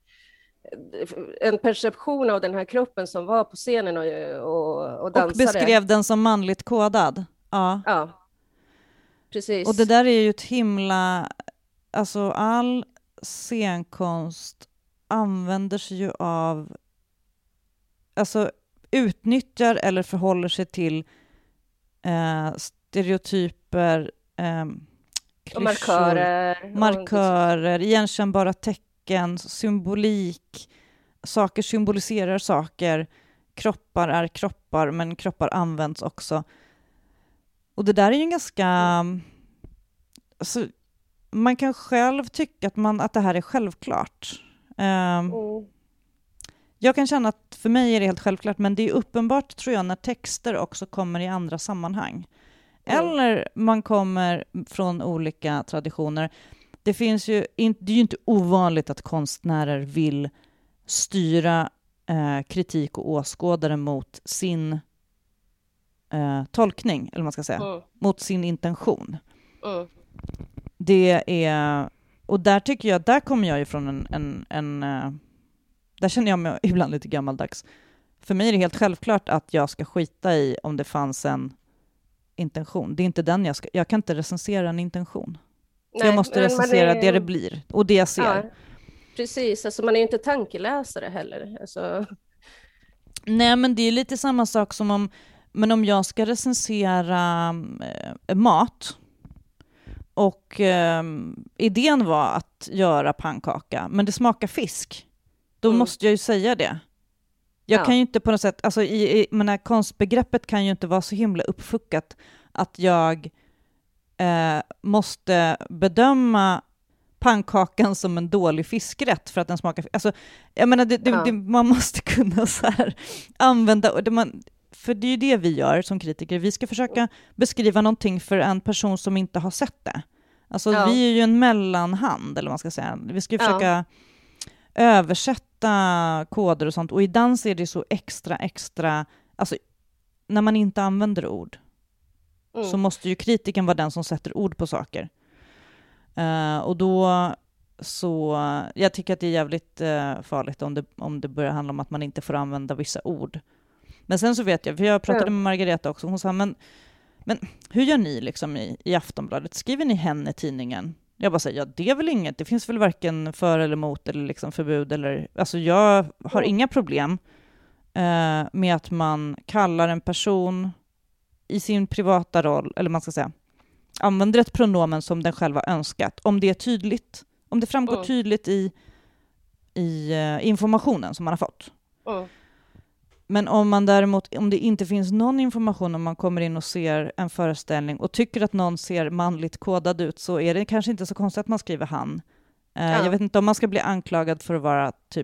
en perception av den här kroppen som var på scenen och, och, och dansade. Och beskrev den som manligt kodad. Ja. Ja, precis. Och det där är ju ett himla... Alltså all scenkonst använder sig ju av, alltså utnyttjar eller förhåller sig till eh, stereotyper, eh, klyschor, markörer, markörer, igenkännbara tecken, symbolik, saker symboliserar saker, kroppar är kroppar, men kroppar används också. Och det där är ju en ganska... Alltså, man kan själv tycka att, man, att det här är självklart. Um, mm. Jag kan känna att för mig är det helt självklart, men det är uppenbart, tror jag, när texter också kommer i andra sammanhang. Mm. Eller man kommer från olika traditioner. Det finns ju in, det är ju inte ovanligt att konstnärer vill styra eh, kritik och åskådare mot sin eh, tolkning, eller vad man ska säga, mm. mot sin intention. Mm. Det är, och där tycker jag, där kommer jag ifrån en, en, en uh, där känner jag mig ibland lite gammaldags. För mig är det helt självklart att jag ska skita i om det fanns en intention. Det är inte den jag ska, jag kan inte recensera en intention. Nej, jag måste recensera är, det det blir och det jag ser. Ja, precis, alltså man är ju inte tankeläsare heller. Alltså. Nej, men det är lite samma sak som om, men om jag ska recensera äh, mat och äh, idén var att göra pannkaka, men det smakar fisk, då mm. måste jag ju säga det. Jag ja. kan ju inte på något sätt, alltså i, i menar, konstbegreppet kan ju inte vara så himla uppfuckat att jag eh, måste bedöma pannkakan som en dålig fiskrätt för att den smakar, alltså jag menar det, det, ja. det, man måste kunna så här använda, det man, för det är ju det vi gör som kritiker, vi ska försöka beskriva någonting för en person som inte har sett det. Alltså ja. vi är ju en mellanhand, eller vad man ska säga, vi ska ju försöka ja. översätta koder och sånt, och i dans är det så extra extra, alltså när man inte använder ord mm. så måste ju kritiken vara den som sätter ord på saker. Uh, och då så jag tycker att det är jävligt uh, farligt om det, om det börjar handla om att man inte får använda vissa ord. Men sen så vet jag, för jag pratade mm. med Margareta också, hon sa, men, men hur gör ni liksom i, i Aftonbladet? Skriver ni henne i tidningen? Jag bara säger, ja det är väl inget, det finns väl varken för eller emot eller liksom förbud eller, alltså jag har inga problem eh, med att man kallar en person i sin privata roll, eller man ska säga, använder ett pronomen som den själva önskat, om det är tydligt, om det framgår mm. tydligt i, i uh, informationen som man har fått. Mm. Men om man däremot, om det inte finns någon information, om man kommer in och ser en föreställning och tycker att någon ser manligt kodad ut, så är det kanske inte så konstigt att man skriver han. Uh, ja. Jag vet inte om man ska bli anklagad för att vara typ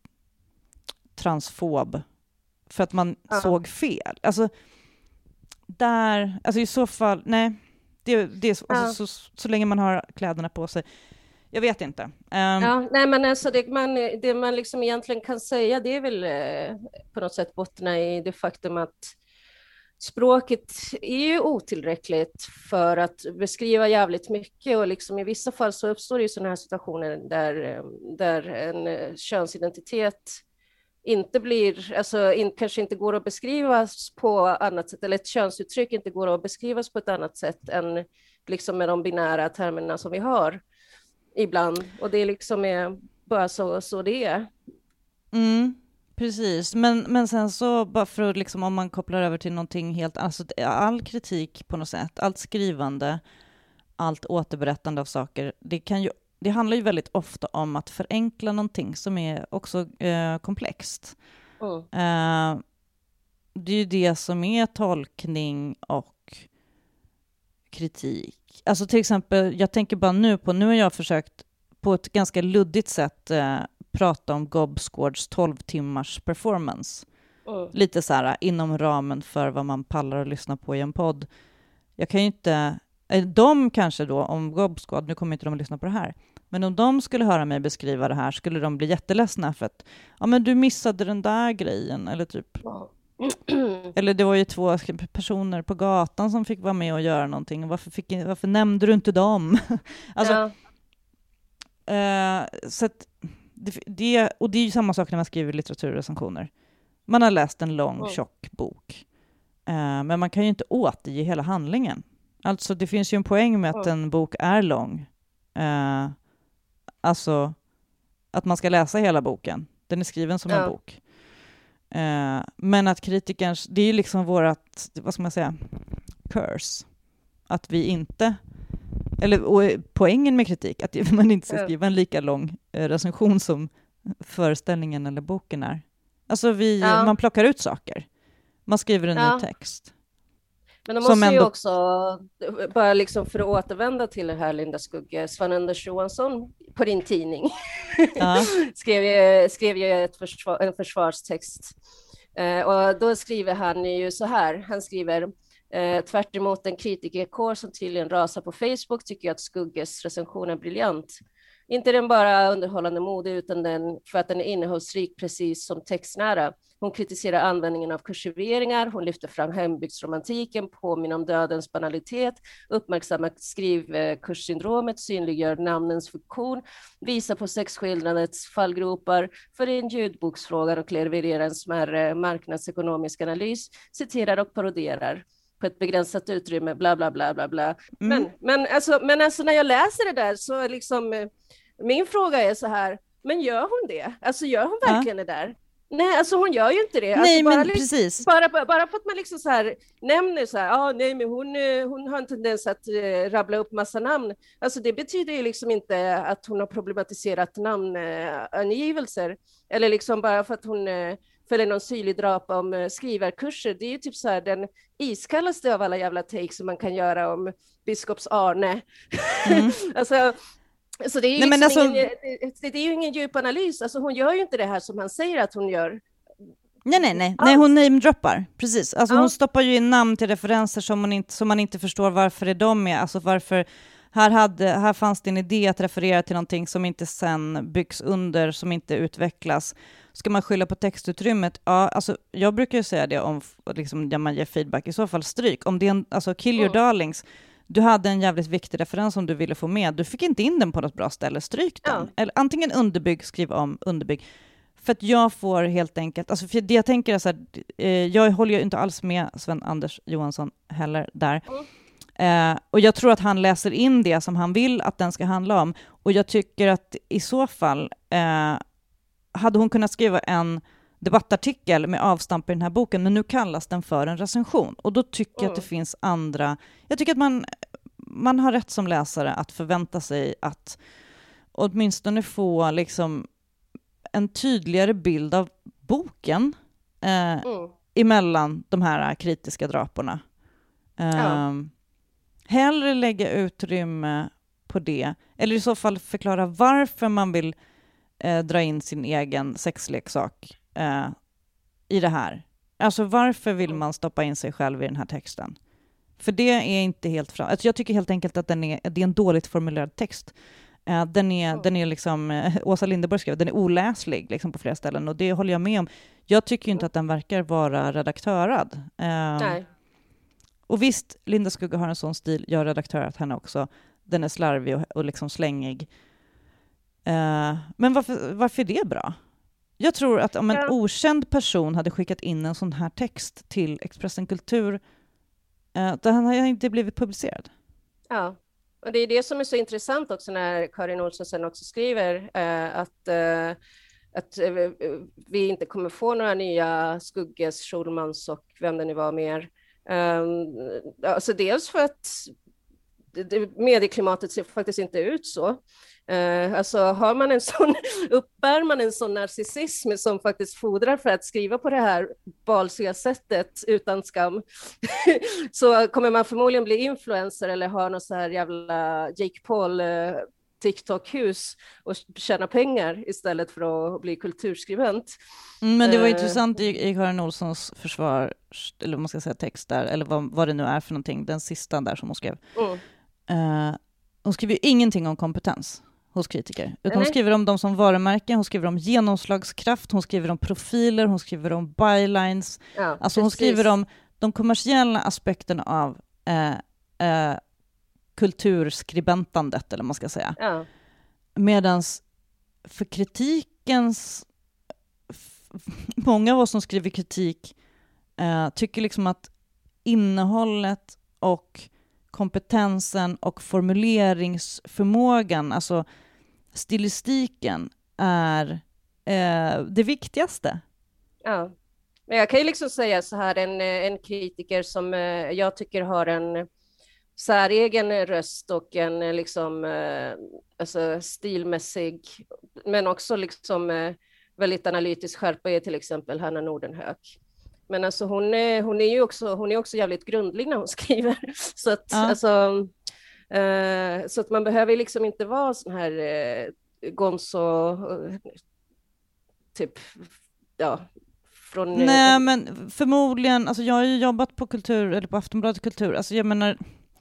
transfob för att man ja. såg fel. Alltså, där, alltså i så fall, nej, det, det är så, ja. alltså, så, så länge man har kläderna på sig. Jag vet inte. Um, ja, nej, men alltså det man, det man liksom egentligen kan säga, det är väl eh, på något sätt bottna i det faktum att språket är ju otillräckligt för att beskriva jävligt mycket, och liksom i vissa fall så uppstår det ju sådana här situationer där, där en könsidentitet inte blir, alltså in, kanske inte går att beskrivas på annat sätt, eller ett könsuttryck inte går att beskrivas på ett annat sätt än liksom med de binära termerna som vi har ibland, och det liksom är bara så, så det är. Mm, precis, men, men sen så bara för att liksom, om man kopplar över till någonting helt, alltså all kritik på något sätt, allt skrivande, allt återberättande av saker, det kan ju, det handlar ju väldigt ofta om att förenkla någonting som är också eh, komplext. Mm. Eh, det är ju det som är tolkning och kritik. Alltså till exempel, jag tänker bara nu på, nu har jag försökt på ett ganska luddigt sätt eh, prata om Gobsgårds tolv timmars performance. Mm. Lite så här inom ramen för vad man pallar att lyssna på i en podd. Jag kan ju inte, de kanske då, om Gobsgård, nu kommer inte de att lyssna på det här, men om de skulle höra mig beskriva det här skulle de bli jätteledsna för att, ja men du missade den där grejen, eller typ. Eller det var ju två personer på gatan som fick vara med och göra någonting. Varför, fick, varför nämnde du inte dem? Alltså, ja. eh, så att det, det, och det är ju samma sak när man skriver litteraturrecensioner. Man har läst en lång, mm. tjock bok. Eh, men man kan ju inte återge hela handlingen. Alltså det finns ju en poäng med att mm. en bok är lång. Eh, alltså att man ska läsa hela boken. Den är skriven som ja. en bok. Uh, men att kritikerns, det är ju liksom vårat, vad ska man säga, curse, att vi inte, eller och poängen med kritik, att man inte ska skriva en lika lång uh, recension som föreställningen eller boken är. Alltså vi, ja. man plockar ut saker, man skriver en ja. ny text. Men de måste ändå... ju också, bara liksom för att återvända till det här, Linda Skugge, Sven-Anders Johansson på din tidning ja. skrev, skrev ju ett försvar, en försvarstext. Eh, och då skriver han ju så här, han skriver: Eh, tvärt emot en kritikerkår som tydligen rasar på Facebook tycker jag att Skugges recension är briljant. Inte den bara underhållande mode utan den för att den är innehållsrik precis som textnära. Hon kritiserar användningen av kursiveringar, hon lyfter fram hembygdsromantiken, påminner om dödens banalitet, uppmärksammar skrivkurssyndromet, synliggör namnens funktion, visar på sexskildrandets fallgropar, för in ljudboksfrågan och levererar en smärre marknadsekonomisk analys, citerar och paroderar på ett begränsat utrymme, bla bla bla bla bla. Mm. Men, men, alltså, men alltså när jag läser det där så liksom, min fråga är så här, men gör hon det? Alltså gör hon verkligen ja. det där? Nej, alltså hon gör ju inte det. Nej, alltså, bara, men liksom, precis. Bara, bara för att man liksom så här nämner så här, ah, nej, men hon, hon har en tendens att uh, rabbla upp massa namn. Alltså det betyder ju liksom inte att hon har problematiserat namnangivelser. Uh, Eller liksom bara för att hon uh, fäller någon syrlig drap om uh, skrivarkurser. Det är ju typ så här den iskallaste av alla jävla takes som man kan göra om biskops Arne. Mm. alltså Så det är, ju Nej, liksom alltså... ingen, det, det är ju ingen djup analys. Alltså hon gör ju inte det här som han säger att hon gör. Nej, nej, nej. nej hon namedroppar. Precis. Alltså ja. Hon stoppar ju in namn till referenser som man inte, som man inte förstår varför är de är. Alltså varför... Här, hade, här fanns det en idé att referera till någonting som inte sen byggs under, som inte utvecklas. Ska man skylla på textutrymmet? Ja, alltså jag brukar ju säga det om liksom, när man ger feedback. I så fall stryk. Om det är en, alltså kill your mm. darlings. Du hade en jävligt viktig referens som du ville få med. Du fick inte in den på något bra ställe. Stryk den. Ja. Eller antingen underbygg, skriv om, underbygg. För att jag får helt enkelt... Alltså för det jag tänker är så här... Eh, jag håller ju inte alls med Sven-Anders Johansson heller där. Mm. Eh, och jag tror att han läser in det som han vill att den ska handla om. Och jag tycker att i så fall... Eh, hade hon kunnat skriva en debattartikel med avstamp i den här boken, men nu kallas den för en recension. Och då tycker mm. jag att det finns andra... Jag tycker att man, man har rätt som läsare att förvänta sig att åtminstone få liksom en tydligare bild av boken eh, mm. emellan de här kritiska draporna. Eh, ja. Hellre lägga utrymme på det, eller i så fall förklara varför man vill eh, dra in sin egen sexleksak eh, i det här. Alltså varför vill man stoppa in sig själv i den här texten? För det är inte helt fram. Alltså jag tycker helt enkelt att den är, det är en dåligt formulerad text. Uh, den är, mm. den är liksom, uh, Åsa Linderborg skrev, den är oläslig liksom på flera ställen. Och det håller jag med om. Jag tycker ju inte att den verkar vara redaktörad. Uh, Nej. Och visst, Linda Skugge har en sån stil. Jag har redaktörat henne också. Den är slarvig och, och liksom slängig. Uh, men varför, varför är det bra? Jag tror att om en ja. okänd person hade skickat in en sån här text till Expressen Kultur, Uh, den har inte blivit publicerad. Ja, och det är det som är så intressant också när Karin Olsson sen också skriver uh, att, uh, att uh, vi inte kommer få några nya Skugges, Schulmans och vem det nu var mer. Um, alltså dels för att det, medieklimatet ser faktiskt inte ut så. Uh, alltså har man en sån, uppbär man en sån narcissism som faktiskt fordrar för att skriva på det här balsiga sättet utan skam, så kommer man förmodligen bli influencer eller ha något så här jävla Jake Paul uh, TikTok-hus och tjäna pengar istället för att bli kulturskribent. Mm, men det var uh, intressant i, i Karin Olssons försvar, eller vad man ska säga, text där, eller vad, vad det nu är för någonting, den sista där som hon skrev. Mm. Uh, hon skriver ju ingenting om kompetens hos kritiker. Utan hon skriver om dem som varumärken, hon skriver om genomslagskraft, hon skriver om profiler, hon skriver om bylines. Ja, alltså precis. Hon skriver om de kommersiella aspekterna av eh, eh, kulturskribentandet, eller vad man ska säga. Ja. Medans för kritikens... F- många av oss som skriver kritik eh, tycker liksom att innehållet och kompetensen och formuleringsförmågan, alltså stilistiken, är eh, det viktigaste. Ja, men jag kan ju liksom säga så här, en, en kritiker som eh, jag tycker har en säregen röst och en liksom eh, alltså stilmässig, men också liksom eh, väldigt analytisk skärpa är till exempel Hanna Nordenhök. Men alltså hon är, hon är ju också, hon är också jävligt grundlig när hon skriver. Så att, ja. alltså, eh, så att man behöver liksom inte vara sån här eh, gonzo, typ, ja, från... Nej, men förmodligen, alltså jag har ju jobbat på kultur, eller på Aftonbladet Kultur, alltså jag menar,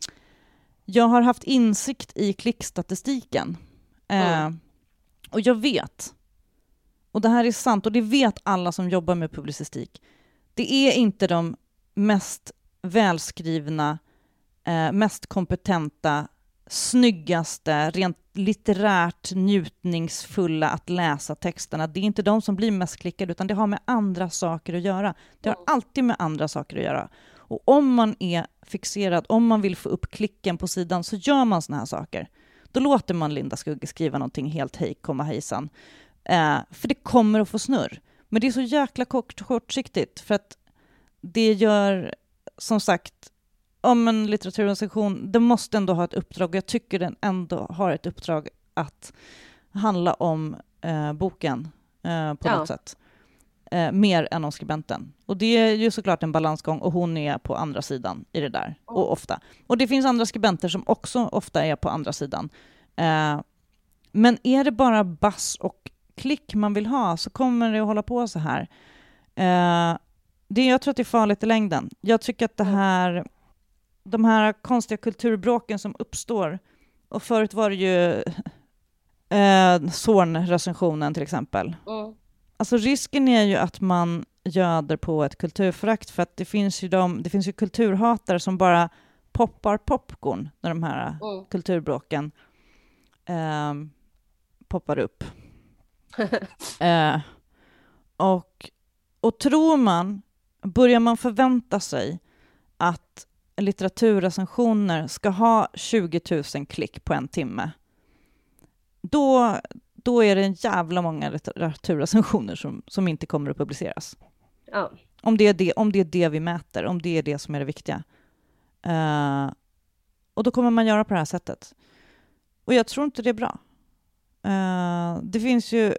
jag har haft insikt i klickstatistiken. Mm. Eh, och jag vet, och det här är sant, och det vet alla som jobbar med publicistik, det är inte de mest välskrivna, eh, mest kompetenta, snyggaste, rent litterärt njutningsfulla att läsa texterna. Det är inte de som blir mest klickade, utan det har med andra saker att göra. Det har alltid med andra saker att göra. Och om man är fixerad, om man vill få upp klicken på sidan, så gör man såna här saker. Då låter man Linda Skugge skriva någonting helt hej, komma hejsan. Eh, för det kommer att få snurr. Men det är så jäkla kort, kortsiktigt, för att det gör, som sagt, om en litteraturorganisation, det måste ändå ha ett uppdrag. Jag tycker den ändå har ett uppdrag att handla om eh, boken eh, på ja. något sätt. Eh, mer än om skribenten. Och det är ju såklart en balansgång, och hon är på andra sidan i det där. Och Mm. ofta. Och det finns andra skribenter som också ofta är på andra sidan. Eh, men är det bara bass och klick man vill ha, så kommer det att hålla på så här. Eh, det, jag tror att det är farligt i längden. Jag tycker att det här, de här konstiga kulturbråken som uppstår, och förut var det ju eh, Zorn-recensionen till exempel. Mm. Alltså risken är ju att man göder på ett kulturförakt, för att det finns ju, de, det finns ju kulturhatare som bara poppar popcorn när de här Mm. kulturbråken eh, poppar upp. eh, och, och tror man, börjar man förvänta sig att litteraturrecensioner ska ha tjugo tusen klick på en timme, då, då är det en jävla många litteraturrecensioner som, som inte kommer att publiceras. Ja. Om det är det, om det är det vi mäter, om det är det som är det viktiga. Uh, och då kommer man göra på det här sättet. Och jag tror inte det är bra. Uh, det finns ju...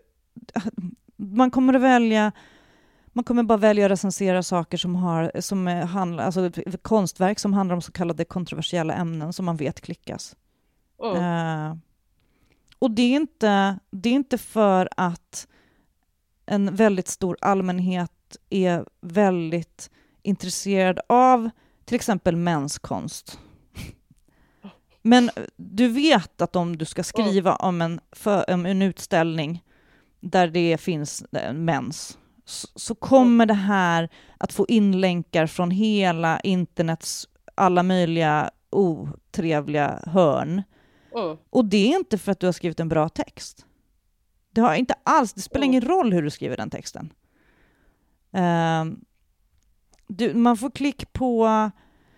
Man kommer att välja... Man kommer bara välja att recensera saker som har... Som handlar, alltså konstverk som handlar om så kallade kontroversiella ämnen som man vet klickas. Mm. Uh, och det är, inte, det är inte för att en väldigt stor allmänhet är väldigt intresserad av till exempel mänskonst. Men du vet att om du ska skriva om en, för, om en utställning där det finns mäns, så, så kommer det här att få inlänkar från hela internets alla möjliga otrevliga hörn. Mm. Och det är inte för att du har skrivit en bra text. Det har inte alls, det spelar Mm. ingen roll hur du skriver den texten. Uh, du, man får klick på...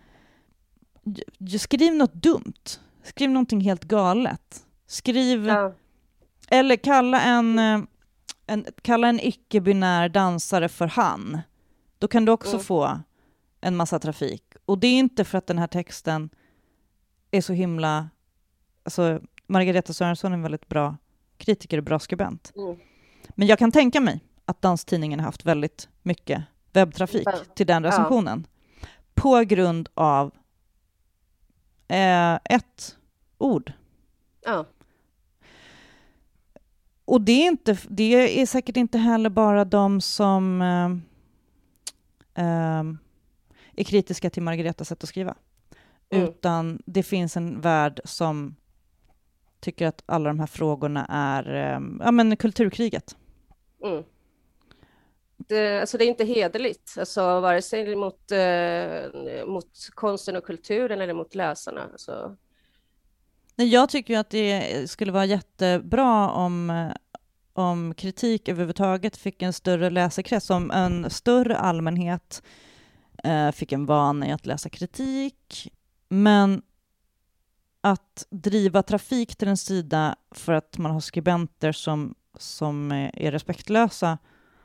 Skriv något dumt. Skriv någonting helt galet. Skriv... Ja. Eller kalla en, en, kalla en icke-binär dansare för han. Då kan du också Mm. få en massa trafik. Och det är inte för att den här texten är så himla... Alltså, Margareta Sörensson är en väldigt bra kritiker och bra skribent. Mm. Men jag kan tänka mig att Danstidningen har haft väldigt mycket webbtrafik Ja. till den recensionen. Ja. På grund av eh, ett ord. Ja. Och det är, inte, det är säkert inte heller bara de som eh, eh, är kritiska till Margaretas sätt att skriva. Mm. Utan det finns en värld som tycker att alla de här frågorna är eh, ja, men kulturkriget. Mm. Det, alltså det är inte hederligt, alltså vare sig mot, eh, mot konsten och kulturen eller mot läsarna. Alltså. Nej, jag tycker att det skulle vara jättebra om, om kritik överhuvudtaget fick en större läsekrets, om en större allmänhet eh, fick en vana i att läsa kritik. Men att driva trafik till en sida för att man har skribenter som, som är respektlösa,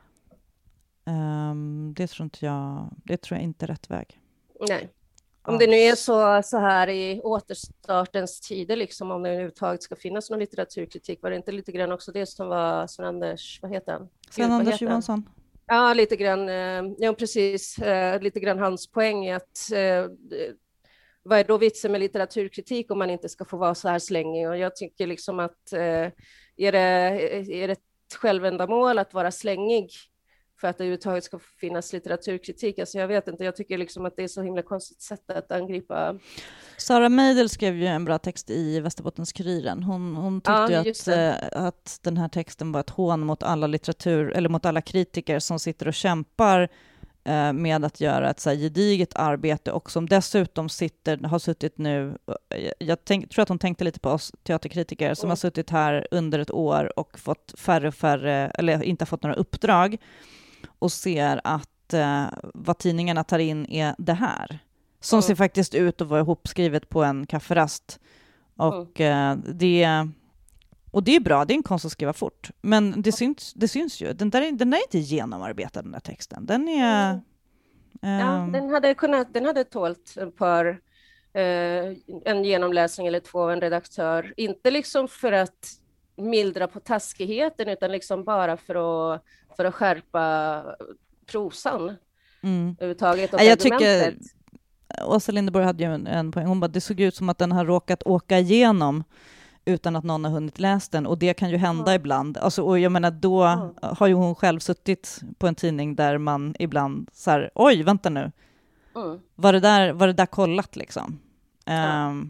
um, det tror inte jag, det tror jag inte är rätt väg. Nej. Om det nu är så, så här i återstartens tider, liksom, om det överhuvudtaget ska finnas någon litteraturkritik, var det inte lite grann också det som var Sven-Anders, vad heter han? Sven-Anders Johansson. Ja, lite grann, ja precis, lite grann hans poäng är att vad är då vitsen med litteraturkritik om man inte ska få vara så här slängig? Och jag tycker liksom att är det, är det ett självändamål att vara slängig för att det överhuvudtaget ska finnas litteraturkritik. Alltså jag vet inte, jag tycker liksom att det är så himla konstigt sätt att angripa. Sara Meidel skrev ju en bra text i Västerbottens-Kuriren. Hon, hon tyckte Ja, ju att, eh, att den här texten var ett hån mot alla litteratur, eller mot alla kritiker som sitter och kämpar eh, med att göra ett så här gediget arbete och som dessutom sitter, har suttit nu, jag tänk, tror att hon tänkte lite på oss teaterkritiker som mm. har suttit här under ett år och fått färre och färre, eller inte fått några uppdrag och ser att eh, vad tidningarna tar in är det här. Som mm. ser faktiskt ut att vara ihopskrivet på en kafferast. Och, mm. eh, det, och det är bra, det är en konst att skriva fort. Men det syns, det syns ju. Den där, är, den där är inte genomarbetad, den där texten. Den är... Mm. Eh, ja, den hade, kunnat, den hade tålt ett par, eh, en genomläsning eller två av en redaktör. Inte liksom för att mildra på taskigheten utan liksom bara för att, för att skärpa prosan. Mm. Överhuvudtaget och jag tycker Åsa Linderborg hade ju en, en poäng. Hon bara, det såg ut som att den har råkat åka igenom utan att någon har hunnit läsa den. Och det kan ju hända mm. ibland. Alltså, och jag menar, då mm. har ju hon själv suttit på en tidning där man ibland så här, oj, vänta nu. Mm. Var, det där, var det där kollat liksom? Mm. Um,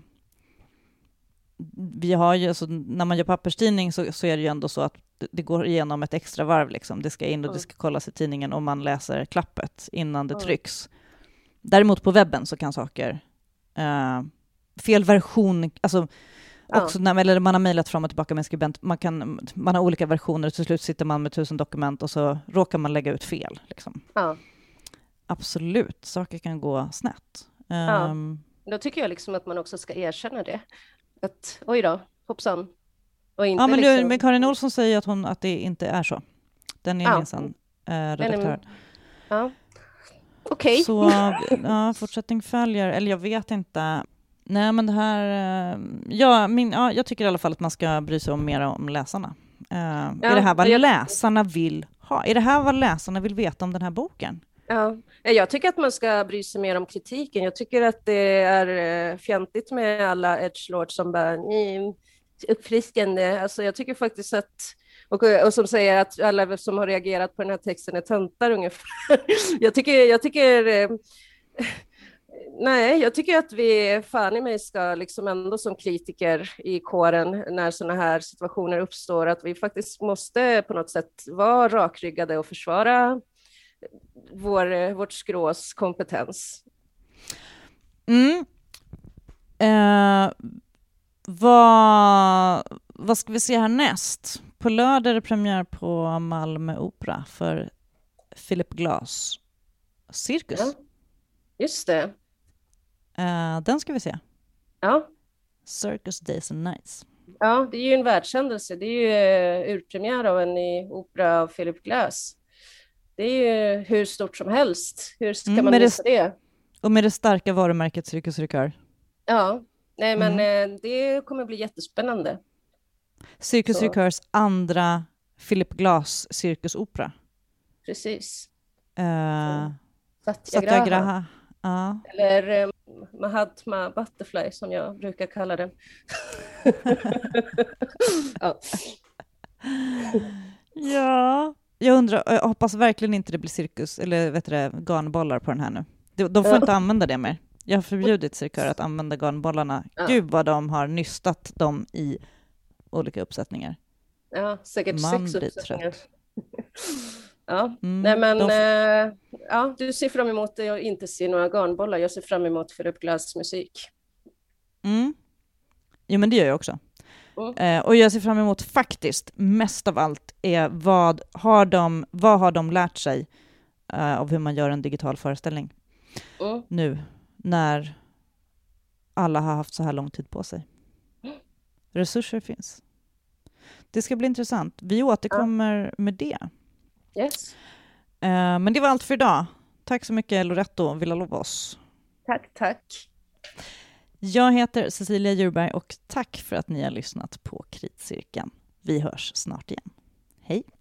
vi har ju, alltså, när man gör papperstidning så, så är det ju ändå så att det, det går igenom ett extra varv. Liksom. Det ska in och mm. det ska kollas i tidningen om man läser klappet innan det mm. trycks. Däremot på webben så kan saker uh, fel version, alltså också ja. när eller man har mejlat fram och tillbaka med en skribent, man, kan, man har olika versioner och till slut sitter man med tusen dokument och så råkar man lägga ut fel. Liksom. Ja. Absolut, saker kan gå snett. Um, ja. Då tycker jag liksom att man också ska erkänna det. Att, oj då, hoppsan. Och inte ja, men, liksom... du, men Karin Olsson säger att, hon, att det inte är så. Den är ja. minsann uh, redaktör. Är... Ja. Okej. Okay. Så ja, fortsättning följer. Eller jag vet inte. Nej, men det här... Ja, min, ja, jag tycker i alla fall att man ska bry sig om mer om läsarna. Uh, ja, är det här vad jag... läsarna vill ha? Är det här vad läsarna vill veta om den här boken? Ja, jag tycker att man ska bry sig mer om kritiken. Jag tycker att det är fjantigt med alla edgelords som bara mm, uppfriskande. Alltså jag tycker faktiskt att Och, och som säger att alla som har reagerat på den här texten är töntar ungefär. jag tycker, jag tycker eh, nej, jag tycker att vi fan i mig ska liksom ändå som kritiker i kåren när sådana här situationer uppstår, att vi faktiskt måste på något sätt vara rakryggade och försvara vår, vårt skrås kompetens. Mm. Eh, vad, vad ska vi se härnäst? På lördag är det premiär på Malmö Opera för Philip Glass Cirkus. Ja, just det. Uh, den ska vi se. Ja. Circus Days and Nights. Ja, det är ju en världshändelse. Det är ju uh, urpremiär av en i opera av Philip Glass. Det är ju hur stort som helst. Hur ska mm, man missa det, det? Och med det starka varumärket Cirkus Ricard. Ja, nej men mm. uh, det kommer bli jättespännande. Cirkus Ricards andra Philip Glass cirkusopera. Precis. Uh, Satyagraha. Satyagraha. Ja. Eller um, Mahatma Butterfly som jag brukar kalla den. ja. ja, jag undrar, jag hoppas verkligen inte det blir cirkus eller vet du, garnbollar på den här nu. De, de får ja. inte använda det mer. Jag har förbjudit Cirkör att använda garnbollarna. Ja. Gud vad de har nystat dem i olika uppsättningar. Ja, säkert Man sex uppsättningar. ja, mm, nej men de... äh, ja, du ser fram emot det och inte se några garnbollar. Jag ser fram emot för upp glasmusik. Mm. Jo, men det gör jag också. Mm. Eh, och jag ser fram emot faktiskt mest av allt är vad har de, vad har de lärt sig eh, av hur man gör en digital föreställning mm. nu när alla har haft så här lång tid på sig. Mm. Resurser finns. Det ska bli intressant. Vi återkommer ja. med det. Yes. Uh, men det var allt för idag. Tack så mycket Loretto Villalobos. Tack, tack. Jag heter Cecilia Djurberg och tack för att ni har lyssnat på Kritcirkeln. Vi hörs snart igen. Hej.